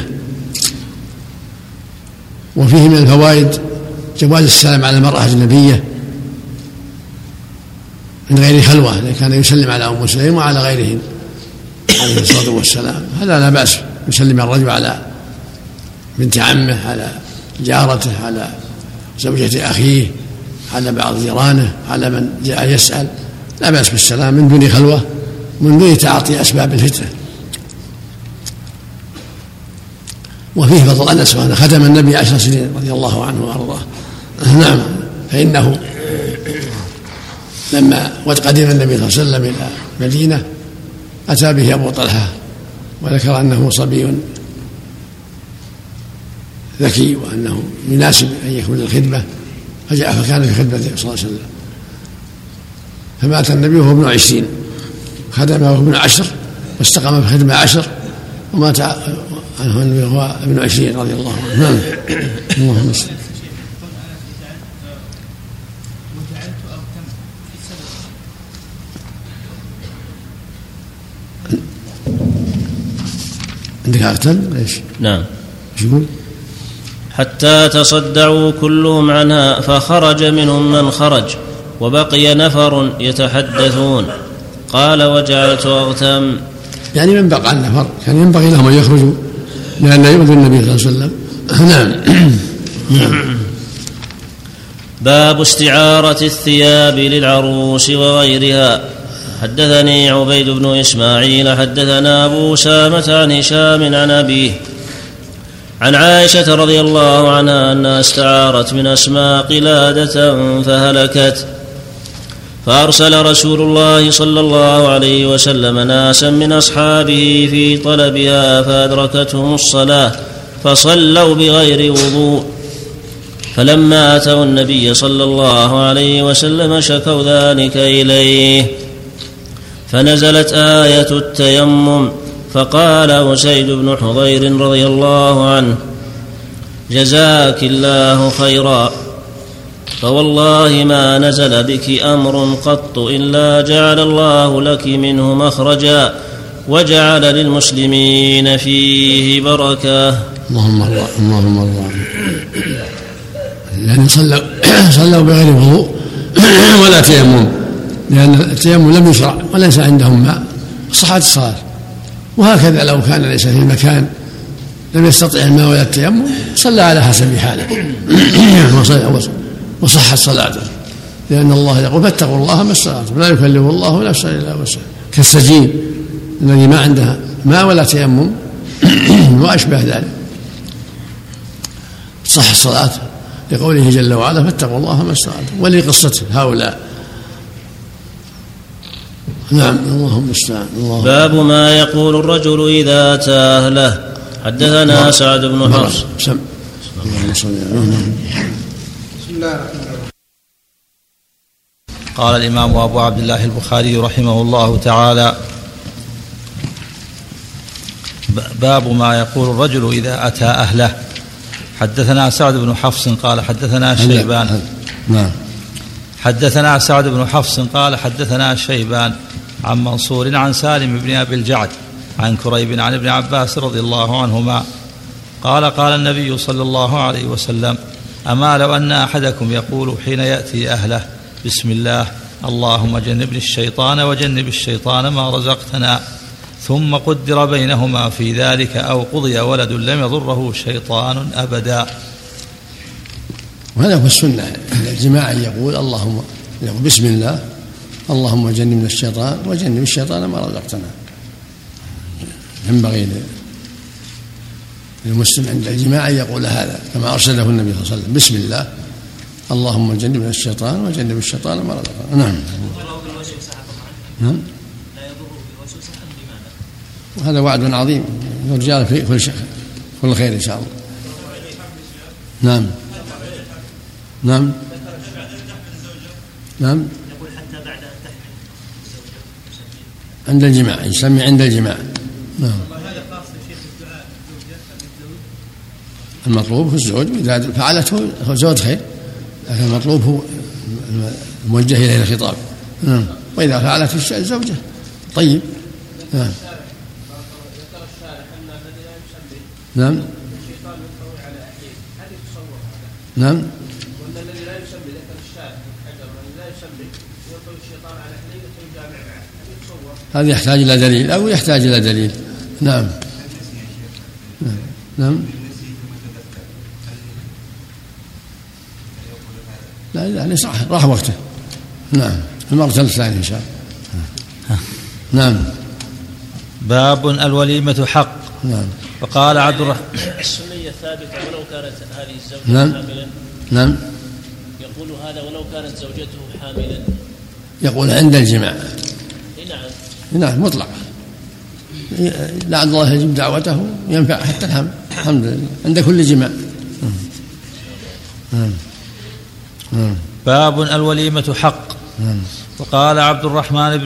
B: وفيه من الفوائد جواز السلام على المرأة الأجنبية من غير خلوة، إذا كان يسلم على أم سليم وعلى غيرهم عليه الصلاة والسلام، هذا لا بأس، يسلم الرجل على بنت عمه، على جارته، على زوجة أخيه، على بعض جيرانه، على من جاء يسأل، لا بأس بالسلام من دون خلوة، من دون تعاطي أسباب الفتنة. وفيه فضل أنس وأن خدم النبي 10 سنين رضي الله عنه وأرضاه. نعم، فإنه لما قدم النبي صلى الله عليه وسلم إلى المدينة أتى به أبو طلحة وذكر أنه صبي ذكي وأنه يناسب أن يكون الخدمة، فجاء فكان في خدمته صلى الله عليه وسلم، فمات النبي وهو ابن 20، خدمه وهو ابن 10 واستقام في خدمة 10، ومات عنه النبي وهو ابن 20 رضي الله عنه. نعم. اللهم صل. عندك أغتم ليش؟
A: نعم.
B: ايش يقول؟
A: حتى تصدعوا كلهم عنها، فخرج منهم من خرج وبقي نفر يتحدثون. قال وجعلت أغتم،
B: يعني من بقى النفر كان ينبغي لهم أن يخرجوا لأن يؤذي النبي صلى الله عليه وسلم. نعم.
A: باب استعارة الثياب للعروس وغيرها. حدثني عبيد بن إسماعيل حدثنا أبو أسامة عن هشام عن أبيه عن عائشة رضي الله عنها أنها استعارت من أسماء قلادة فهلكت، فأرسل رسول الله صلى الله عليه وسلم ناسا من أصحابه في طلبها، فأدركتهم الصلاة فصلوا بغير وضوء، فلما أتوا النبي صلى الله عليه وسلم شكوا ذلك إليه، فنزلت آية التيمم، فقال أسيد بن حضير رضي الله عنه: جزاك الله خيرا، فوالله ما نزل بك أمر قط إلا جعل الله لك منه مخرجا وجعل للمسلمين فيه بركة.
B: اللهم الله يعني صلوا بغير وضوء ولا تيمم، لأن التيمم لم يشرع وليس عندهم ماء، صحت الصلاة. وهكذا لو كان ليس في مكان لم يستطع الماء ولا التيمم صلى على حسب حاله وصحت صلاته، لأن الله يقول فاتقوا الله ما استطعتم لا يكلف الله نفسا إلا وسعها، كالسجين الذي ما عنده ماء ولا تيمم وأشبه ذلك صح الصلاة، لقوله جل وعلا فاتقوا الله ما استطعتم، ولقصة هؤلاء. نعم اللهم المستعان.
A: باب ما يقول الرجل إذا أتى أهله. حدثنا سعد بن حفص.
B: بسم الله.
H: قال الإمام أبو عبد الله البخاري رحمه الله تعالى: باب ما يقول الرجل إذا أتى أهله. حدثنا سعد بن حفص قال حدثنا شيبان.
B: نعم.
H: حدثنا سعد بن حفص قال حدثنا شيبان عن منصور عن سالم بن أبي الجعد عن كريب عن ابن عباس رضي الله عنهما قال: قال النبي صلى الله عليه وسلم: أما لو أن أحدكم يقول حين يأتي أهله: بسم الله، اللهم جنبني الشيطان وجنب الشيطان ما رزقتنا، ثم قدر بينهما في ذلك أو قضي ولد لم يضره شيطان أبدا.
B: وهذا هو السنة الجماعة يقول اللهم يقول بسم الله، اللهم جنبنا الشيطان وجنب الشيطان ما رزقتنا. ينبغي للمسلم عند الجماعة يقول هذا كما أرشده النبي صلى الله عليه وسلم: بسم الله، اللهم جنبنا الشيطان وجنب الشيطان ما رزقنا. نعم. نعم. وهذا وعد عظيم يرجى في كل خير إن شاء الله. نعم. نعم. نعم. عند الجماع يسمي عند الجماع. نعم. المطلوب هو الزوج، إذا فعلته هو زوج خير، لكن المطلوب هو الموجه إليه الخطاب. نعم. وإذا فعلت الزوجة طيب. نعم. نعم. نعم. هذا يحتاج إلى دليل أو يحتاج إلى دليل. نعم. نعم. لا يعني راح وقته. نعم. المرة الثانية إن شاء الله. نعم.
H: باب الوليمة حق.
B: نعم.
H: وقال عبد الرحمن:
A: السنية ثابتة ولو كانت هذه الزوجة
B: نعم.
A: حاملا.
B: نعم.
A: يقول هذا ولو كانت زوجته حاملا.
B: يقول عند الجماع.
A: نعم.
B: نعم مطلق، لعل الله يجيب دعوته ينفع حتى الحمل. الحمد لله عند كل جماع.
H: باب الوليمة حق. وقال عبد الرحمن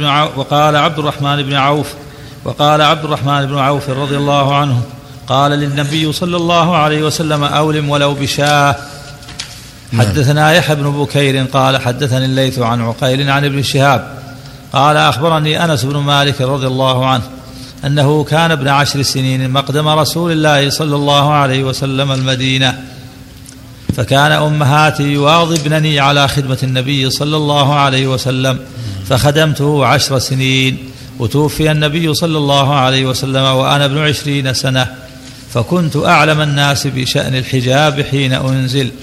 H: بن عوف رضي الله عنه قال للنبي صلى الله عليه وسلم: أولم ولو بشاة. حدثنا يحيى بن بكير قال حدثني الليث عن عقيل عن ابن شهاب قال: أخبرني أنس بن مالك رضي الله عنه أنه كان ابن 10 سنين مقدم رسول الله صلى الله عليه وسلم المدينة، فكان أمهاتي يواظبنني على خدمة النبي صلى الله عليه وسلم، فخدمته 10 سنين، وتوفي النبي صلى الله عليه وسلم وأنا ابن 20 سنة، فكنت أعلم الناس بشأن الحجاب حين أنزل،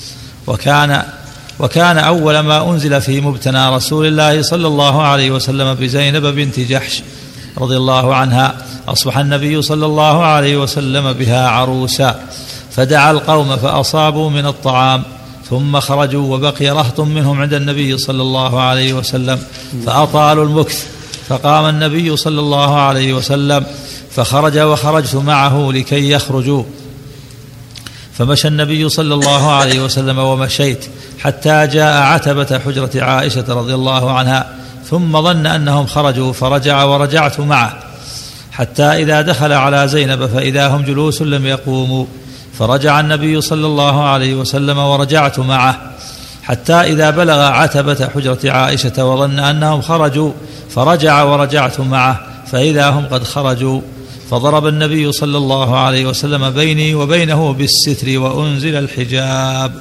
H: وكان أول ما أنزل في مبتنى رسول الله صلى الله عليه وسلم بزينب بنت جحش رضي الله عنها، أصبح النبي صلى الله عليه وسلم بها عروسا، فدعا القوم فأصابوا من الطعام، ثم خرجوا وبقي رهط منهم عند النبي صلى الله عليه وسلم فأطالوا المكث، فقام النبي صلى الله عليه وسلم فخرج وخرجت معه لكي يخرجوا، فمشى النبي صلى الله عليه وسلم ومشيت حتى جاء عتبة حجرة عائشة رضي الله عنها، ثم ظن أنهم خرجوا فرجع ورجعت معه، حتى إذا دخل على زينب فإذا هم جلوس لم يقوموا، فرجع النبي صلى الله عليه وسلم ورجعت معه، حتى إذا بلغ عتبة حجرة عائشة وظن أنهم خرجوا فرجع ورجعت معه فإذا هم قد خرجوا، فضرب النبي صلى الله عليه وسلم بيني وبينه بالستر وأنزل الحجاب.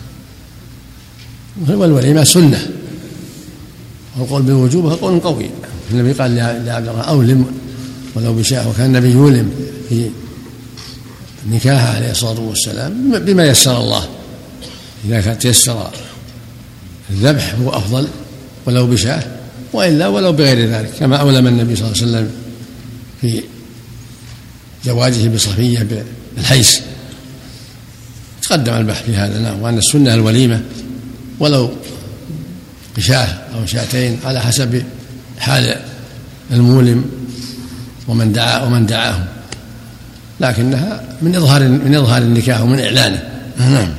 B: والوليمة سنة، والقول بالوجوب هو قول قوي. النبي قال لعبد الرحمن أولم ولو بشاة، وكان النبي يولم في نكاحه عليه الصلاة والسلام بما يسر الله، إذا كان تيسر الذبح هو أفضل ولو بشاة، وإلا ولو بغير ذلك، كما أولم النبي صلى الله عليه وسلم في زواجه بصفية بالحيس. تقدم البحث في هذا. نعم. وأن السنة الوليمة ولو بشاة أو شاتين على حسب حال المولم ومن دعاهم، لكنها من إظهار النكاح ومن إعلانه. نعم.
F: بالنسبة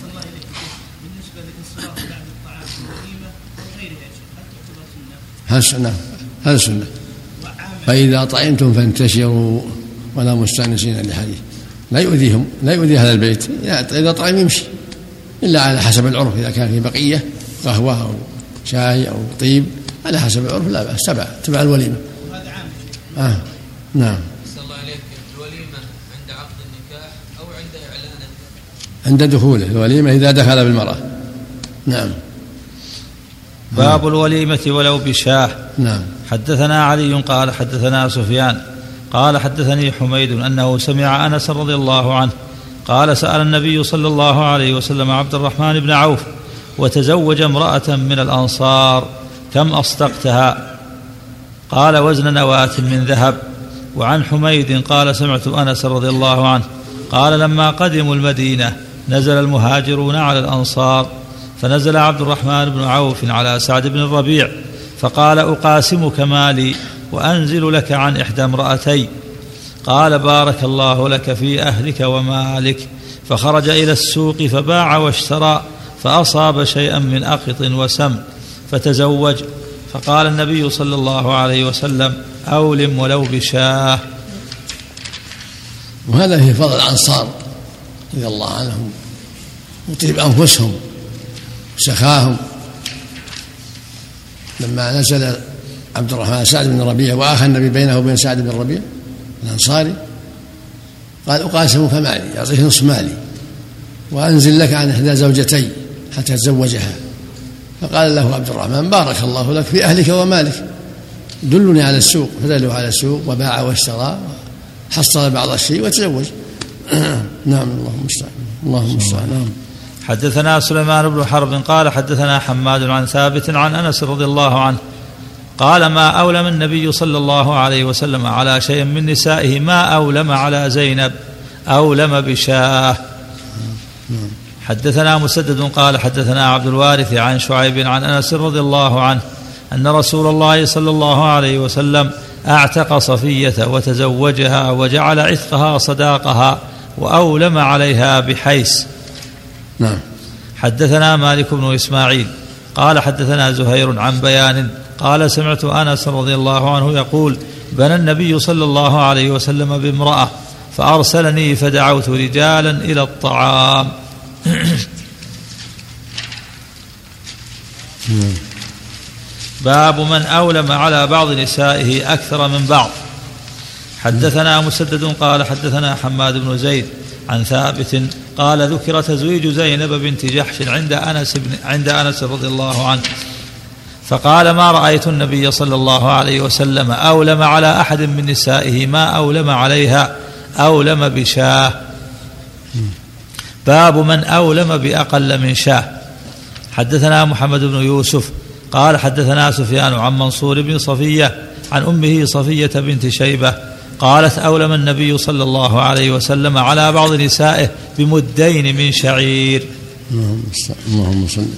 F: للإسراف بعد الطعام الوليمة وغيرها هل تعتبر سنة؟
B: هذا سنة. فإذا طعمتم فانتشروا ولا مستأنسين لحديث. لا يؤذي أهل البيت، إذا طعم يمشي، إلا على حسب العرف. إذا كان في بقية قهوة أو شاي أو طيب على حسب العرف لا بأس، تبع الوليمة.
F: وهذا عام.
B: نعم.
I: أحسن الله عليك. الوليمة عند عقد النكاح أو عند إعلانه؟
B: عند دخوله، الوليمة إذا دخل بالمرأة. نعم.
H: باب الوليمة ولو بشاه.
B: نعم.
H: حدثنا علي قال حدثنا سفيان قال حدثني حميد أنه سمع أنس رضي الله عنه قال سأل النبي صلى الله عليه وسلم عبد الرحمن بن عوف وتزوج امرأة من الأنصار كم أصدقتها؟ قال وزن نواة من ذهب. وعن حميد قال سمعت أنس رضي الله عنه قال لما قدموا المدينة نزل المهاجرون على الأنصار، فنزل عبد الرحمن بن عوف على سعد بن الربيع فقال أقاسمك مالي وأنزل لك عن إحدى امرأتي. قال بارك الله لك في أهلك ومالك. فخرج إلى السوق فباع واشترى فأصاب شيئا من أقط وسم فتزوج. فقال النبي صلى الله عليه وسلم أولم ولو بشاه.
B: وهذا في فضل الأنصار رضي الله عنهم وطيب أنفسهم وسخاهم. لما نزل عبد الرحمن سعد بن الربيع وآخى النبي بينه وبين سعد بن الربيع الأنصاري، قال أقاسمك مالي، يعطيه نصف مالي، وأنزل لك عن إحدى زوجتي حتى تزوجها. فقال له عبد الرحمن بارك الله لك في أهلك ومالك، دلني على السوق. فدلوا على السوق وباع واشترى حصل بعض الشيء وتزوج. نعم. اللهم المستعان. نعم.
H: حدثنا سليمان بن حرب قال حدثنا حماد عن ثابت عن أنس رضي الله عنه قال ما أولم النبي صلى الله عليه وسلم على شيء من نسائه ما أولم على زينب، أولم بشاه. حدثنا مسدد قال حدثنا عبد الوارث عن شعيب عن أنس رضي الله عنه أن رسول الله صلى الله عليه وسلم أعتق صفية وتزوجها وجعل عتقها صداقها وأولم عليها بحيس.
B: نعم.
H: حدثنا مالك بن إسماعيل قال حدثنا زهير عن بيان قال سمعت أنس رضي الله عنه يقول بنى النبي صلى الله عليه وسلم بامرأة فأرسلني فدعوت رجالا إلى الطعام. باب من أولم على بعض نسائه أكثر من بعض. حدثنا مسدد قال حدثنا حماد بن زيد عن ثابت قال ذكر تزويج زينب بنت جحش عند أنس رضي الله عنه فقال ما رأيت النبي صلى الله عليه وسلم أولم على أحد من نسائه ما أولم عليها، أولم بشاه. باب من أولم بأقل من شاه. حدثنا محمد بن يوسف قال حدثنا سفيان عن منصور بن صفية عن أمه صفية بنت شيبة قالت أولم النبي صلى الله عليه وسلم على بعض نسائه بمدين من شعير.
B: اللهم صل.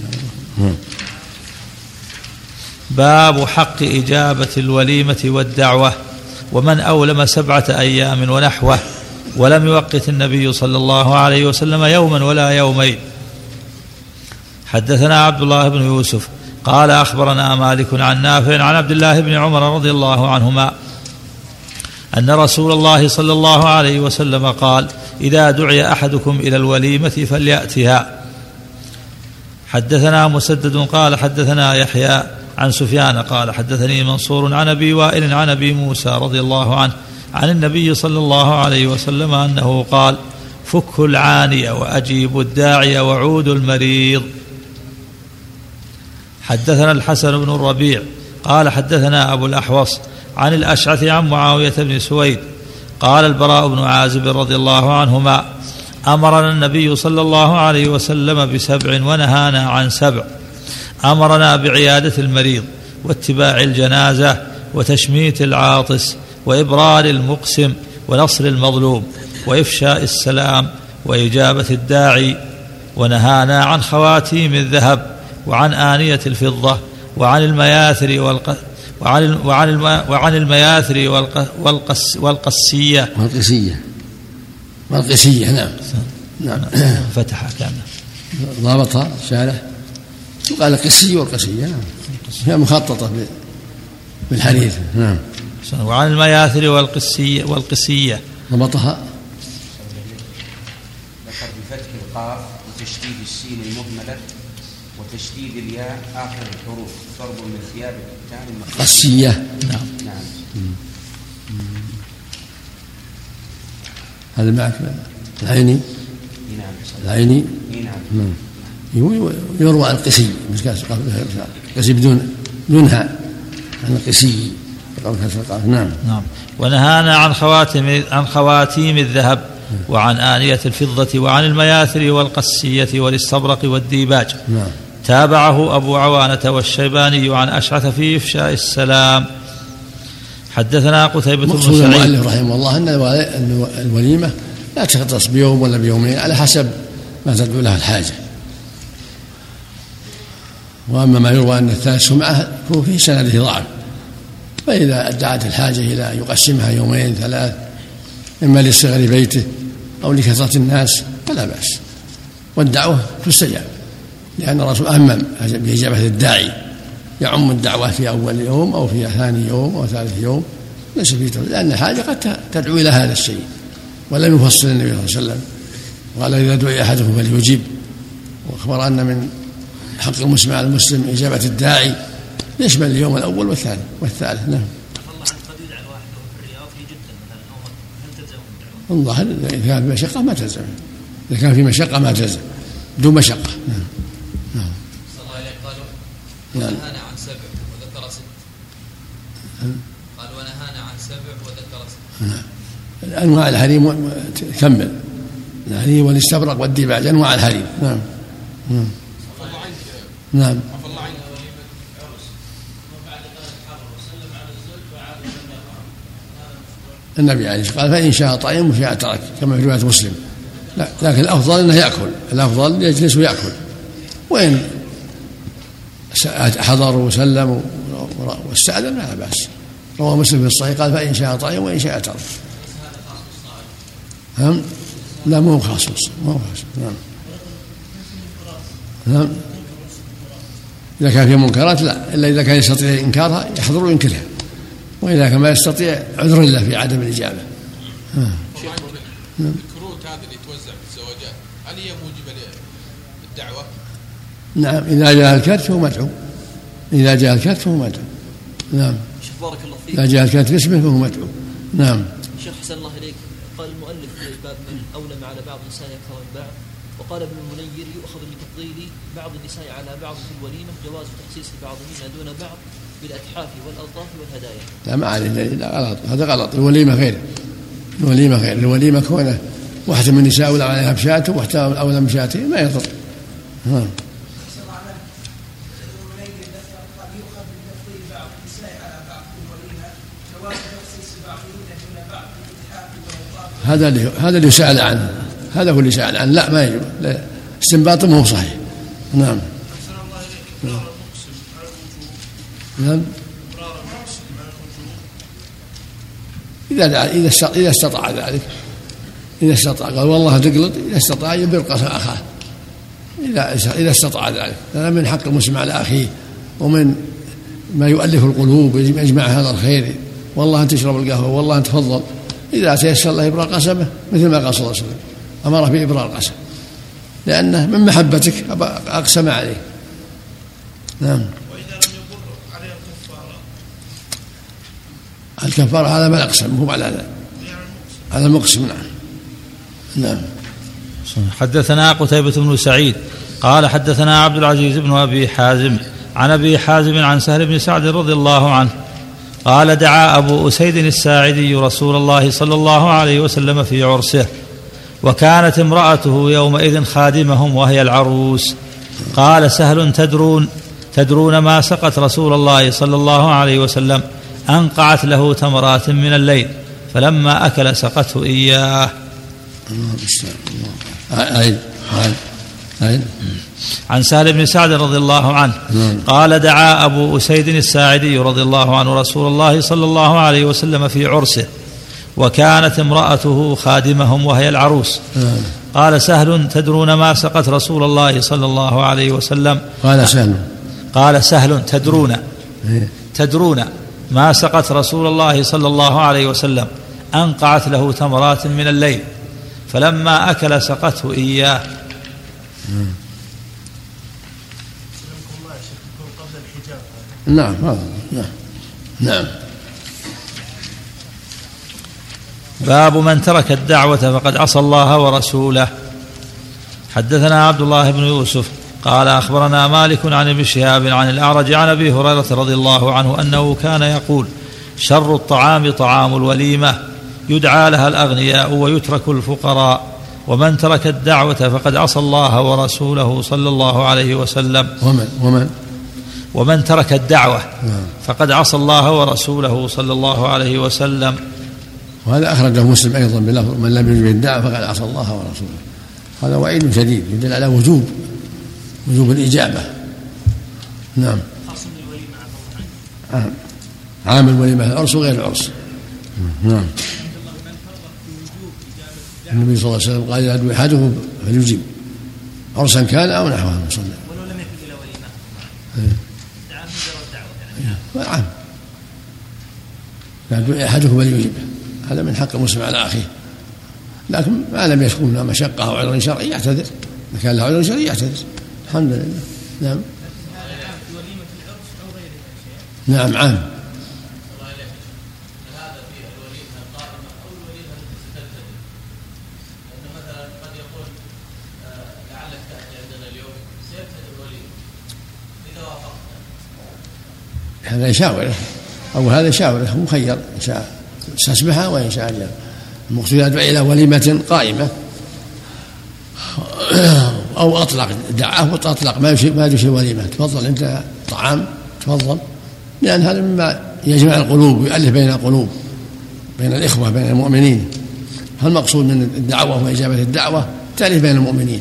H: باب حق إجابة الوليمة والدعوة ومن أولم 7 أيام ونحوه ولم يوقت النبي صلى الله عليه وسلم يوما ولا يومين. حدثنا عبد الله بن يوسف قال أخبرنا مالك عن نافع عن عبد الله بن عمر رضي الله عنهما أن رسول الله صلى الله عليه وسلم قال إذا دعي أحدكم إلى الوليمة فليأتها. حدثنا مسدد قال حدثنا يحيى عن سفيان قال حدثني منصور عن أبي وائل عن أبي موسى رضي الله عنه عن النبي صلى الله عليه وسلم أنه قال: فك العاني وأجيب الداعي وعود المريض. حدثنا الحسن بن الربيع قال حدثنا أبو الأحوص عن الأشعث عن معاوية بن سويد قال: البراء بن عازب رضي الله عنهما: أمرنا النبي صلى الله عليه وسلم ب7 ونهانا عن 7. أمرنا بعيادة المريض واتباع الجنازة وتشميت العاطس وإبرار المقسم ونصر المظلوم وإفشاء السلام وإجابة الداعي، ونهانا عن خواتيم الذهب وعن آنية الفضة وعن المياثر
B: والقسية. نعم.
H: فتح كامل
B: ضابطها شارح وقال القسي والقسية، هي مخططة بالحديث. نعم.
H: وعن المياثر والقسية
B: ضبطها.
D: ذكر بفتح القاف وتشديد السين المهملة وتشديد الياء آخر الحروف ضرب من ثياب الكتان المخصوص.
B: قسية.
D: نعم.
B: هذا معك العيني. العيني. نعم. يروى القسي قسي بدون هاء عن القسي. نعم.
H: ونهانا عن خواتيم الذهب وعن آنية الفضة وعن المياثر والقسية والاستبرق والديباج.
B: نعم.
H: تابعه أبو عوانة والشيباني عن أشعث في إفشاء السلام. حدثنا قتيبة بن سعيد.
B: المؤلف رحمه الله أن الوليمة لا تختص بيوم ولا بيومين على حسب ما تدعو لها الحاجة. وأما ما يروى أن الثالث سمعة يكون فيه سنده ضعف، فإذا ادعت الحاجة إلى يقسمها 2 3 إما لصغر بيته أو لكثرة الناس فلا بأس، والدعوة تستجاب، لأن الرسول أمم بإجابة الداعي، يعم الدعوة في أول يوم أو في ثاني يوم أو ثالث يوم، ليس فيه لأن الحاجة قد تدعو إلى هذا الشيء. ولم يفصل النبي صلى الله عليه وسلم، قال: إذا دعي أحدكم فليجيب. وأخبر أن من حق المسلم على المسلم إجابة الداعي يشمل اليوم الأول والثاني والثالث. نعم. الظاهر إذا كان في مشقة ما تلزم، إذا كان في مشقة ما تلزم، دون مشقة. نعم.
I: نعم. صلى الله عليه قالوا ونهانا عن 7 وذكر 6. قال ونهانا عن 7 وذكر 6.
B: نعم. أنواع الحريم كمل، الحريم والاستبرق والديباج أنواع الحريم. نعم. نعم. النبي عليه الصلاة والسلام قال: فإن شاء طعم وشاء ترك، كما في رواية مسلم. لا، لكن الأفضل أنه يأكل، الأفضل يجلس ويأكل، وإن حضروا وسلموا واستأذن لا بأس. رواه مسلم في الصحيح قال: فإن شاء طعم وإن شاء ترك. لا، مو خاص. نعم. نعم. إذا كان في منكرات لا، إلا إذا كان يستطيع إنكارها يحضر وينكرها، وإذا كان ما يستطيع عذر له في عدم الإجابة.
J: الكروت هذه اللي توزع في الزواجات هل هي موجبة للدعوة؟
B: نعم، إذا جاء الكرت فهو مدعو. إذا جاء الكرت فهو مدعو. نعم.
F: شيخ بارك الله فيك.
B: إذا جاء الكرت باسمه فهو مدعو. نعم.
F: شيخ حسن الله إليك، قال المؤلف في باب من أولم على بعض النساء أكثر من بعض، وقال ابن المنير: يؤخذ بتفضيل بعض النساء على بعض في الوليمة جواز تخصيص بعضهن دون بعض بالأتحاف والألطاف والهدايا. لا، ما عليه دليل، غلط، هذا غلط. الوليمة غير، الوليمة كونه واحدة من النساء أولى عليها بشاته واحدة أولى من شاته ما يضر. هذا اللي يسأل عنه، هذا هو اللي يسأل عنه. لا، ما يجب، استنباطه ما هو صحيح. نعم. نعم. إذا استطاع ذلك، إذا استطاع، قال والله تقلط، إذا استطاع يبر أخاه، إذا استطاع ذلك. هذا من حق المسلم على أخيه، ومن ما يؤلف القلوب، يجمع هذا الخير. والله أن تشرب القهوة، والله أن تفضل. إذا تيسر الله إبرار قسمه، مثل ما قال صلى الله عليه وسلم، أمره بإبرار قسم.
B: لأنه من محبتك أقسم عليه. نعم.
G: وإذا لم يقر عليه الكفارة،
B: الكفارة على من أقسم، هو على المقسم. نعم.
H: حدثنا قتيبة بن سعيد قال حدثنا عبد العزيز بن أبي حازم عن أبي حازم عن سهل بن سعد رضي الله عنه قال دعا أبو أسيد الساعدي رسول الله صلى الله عليه وسلم في عرسه، وكانت امرأته يومئذ خادمهم وهي العروس. قال سهل تدرون ما سقت رسول الله صلى الله عليه وسلم؟ أنقعت له تمرات من الليل، فلما أكل سقته إياه. عن سهل بن سعد رضي الله عنه قال دعا أبو أسيد الساعدي رضي الله عنه رسول الله صلى الله عليه وسلم في عرسه، وكانت امرأته خادمهم وهي العروس. قال سهل تدرون ما سقت رسول الله صلى الله عليه وسلم؟ قال سهل تدرون ما سقت رسول الله صلى الله عليه وسلم؟ أنقعت له تمرات من الليل، فلما أكل سقته إياه.
B: نعم.
H: باب من ترك الدعوة فقد عصى الله ورسوله. حدثنا عبد الله بن يوسف قال أخبرنا مالك عن ابن شهاب عن الأعرج عن أبي هريرة رضي الله عنه أنه كان يقول شر الطعام طعام الوليمة يدعى لها الأغنياء ويترك الفقراء، ومن ترك الدعوة فقد عصى الله ورسوله صلى الله عليه وسلم. ومن ترك الدعوة فقد عصى الله ورسوله صلى الله عليه وسلم.
B: وهذا أخرجه مسلم أيضا بلفظ من لم يجب الدعوة فقد عصى الله ورسوله. هذا وعيد شديد يدل على وجوب الإجابة. نعم. عام الوليمة العرس وغير العرس. نعم. النبي صلى الله عليه وسلم قال يدعو أحدكم فليجيب عرسا كان أو نحوه.
K: ولو لم يكن إلى وليمة دعا مجرد الدعوة
B: نعم. يدعو أحدكم فليجيب، هذا من حق المسلم على أخيه، لكن ما لم يكن مشقة أو عذر شرعي يعتذر، إذا كان له عذر شرعي يعتذر. الحمد لله. نعم. نعم عام. هذا يشاوره أو هذا يشاوره مخير، إن شاء استسمحها وإن شاء الله. المقصود يدعو إلى وليمة قائمة أو أطلق دعاه وأطلق ما يشير وليمة، تفضل أنت طعام تفضل، لأن هذا مما يجمع القلوب ويؤلف بين القلوب بين الإخوة بين المؤمنين. فالمقصود من الدعوة وإجابة الدعوة تأليف بين المؤمنين.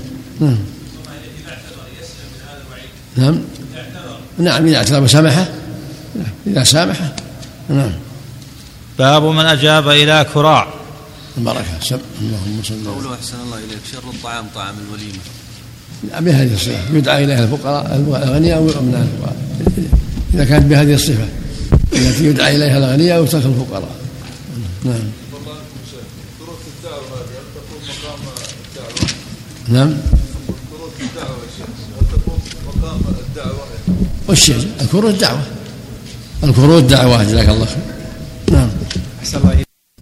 B: نعم إذا اعتذر وسامحه، إذا سامحه. نعم.
H: باب من أجاب إلى كراع.
B: البركة. اللهم صل وسلم.
E: قوله أحسن الله إليك شر الطعام طعام الوليمة.
B: بهذه الصفة يدعى إليها الفقراء الأغنياء والأمناء الفقراء، إذا كانت بهذه الصفة التي يدعى إليها الأغنياء ويترك الفقراء. نعم.
J: طرق الدعوة هل تكون مقام الدعوة؟
B: نعم.
J: طرق الدعوة يا شيخ هل تكون مقام الدعوة؟
B: والشيء الكروت دعوة، الكروت دعوة. جزاك الله خير. نعم.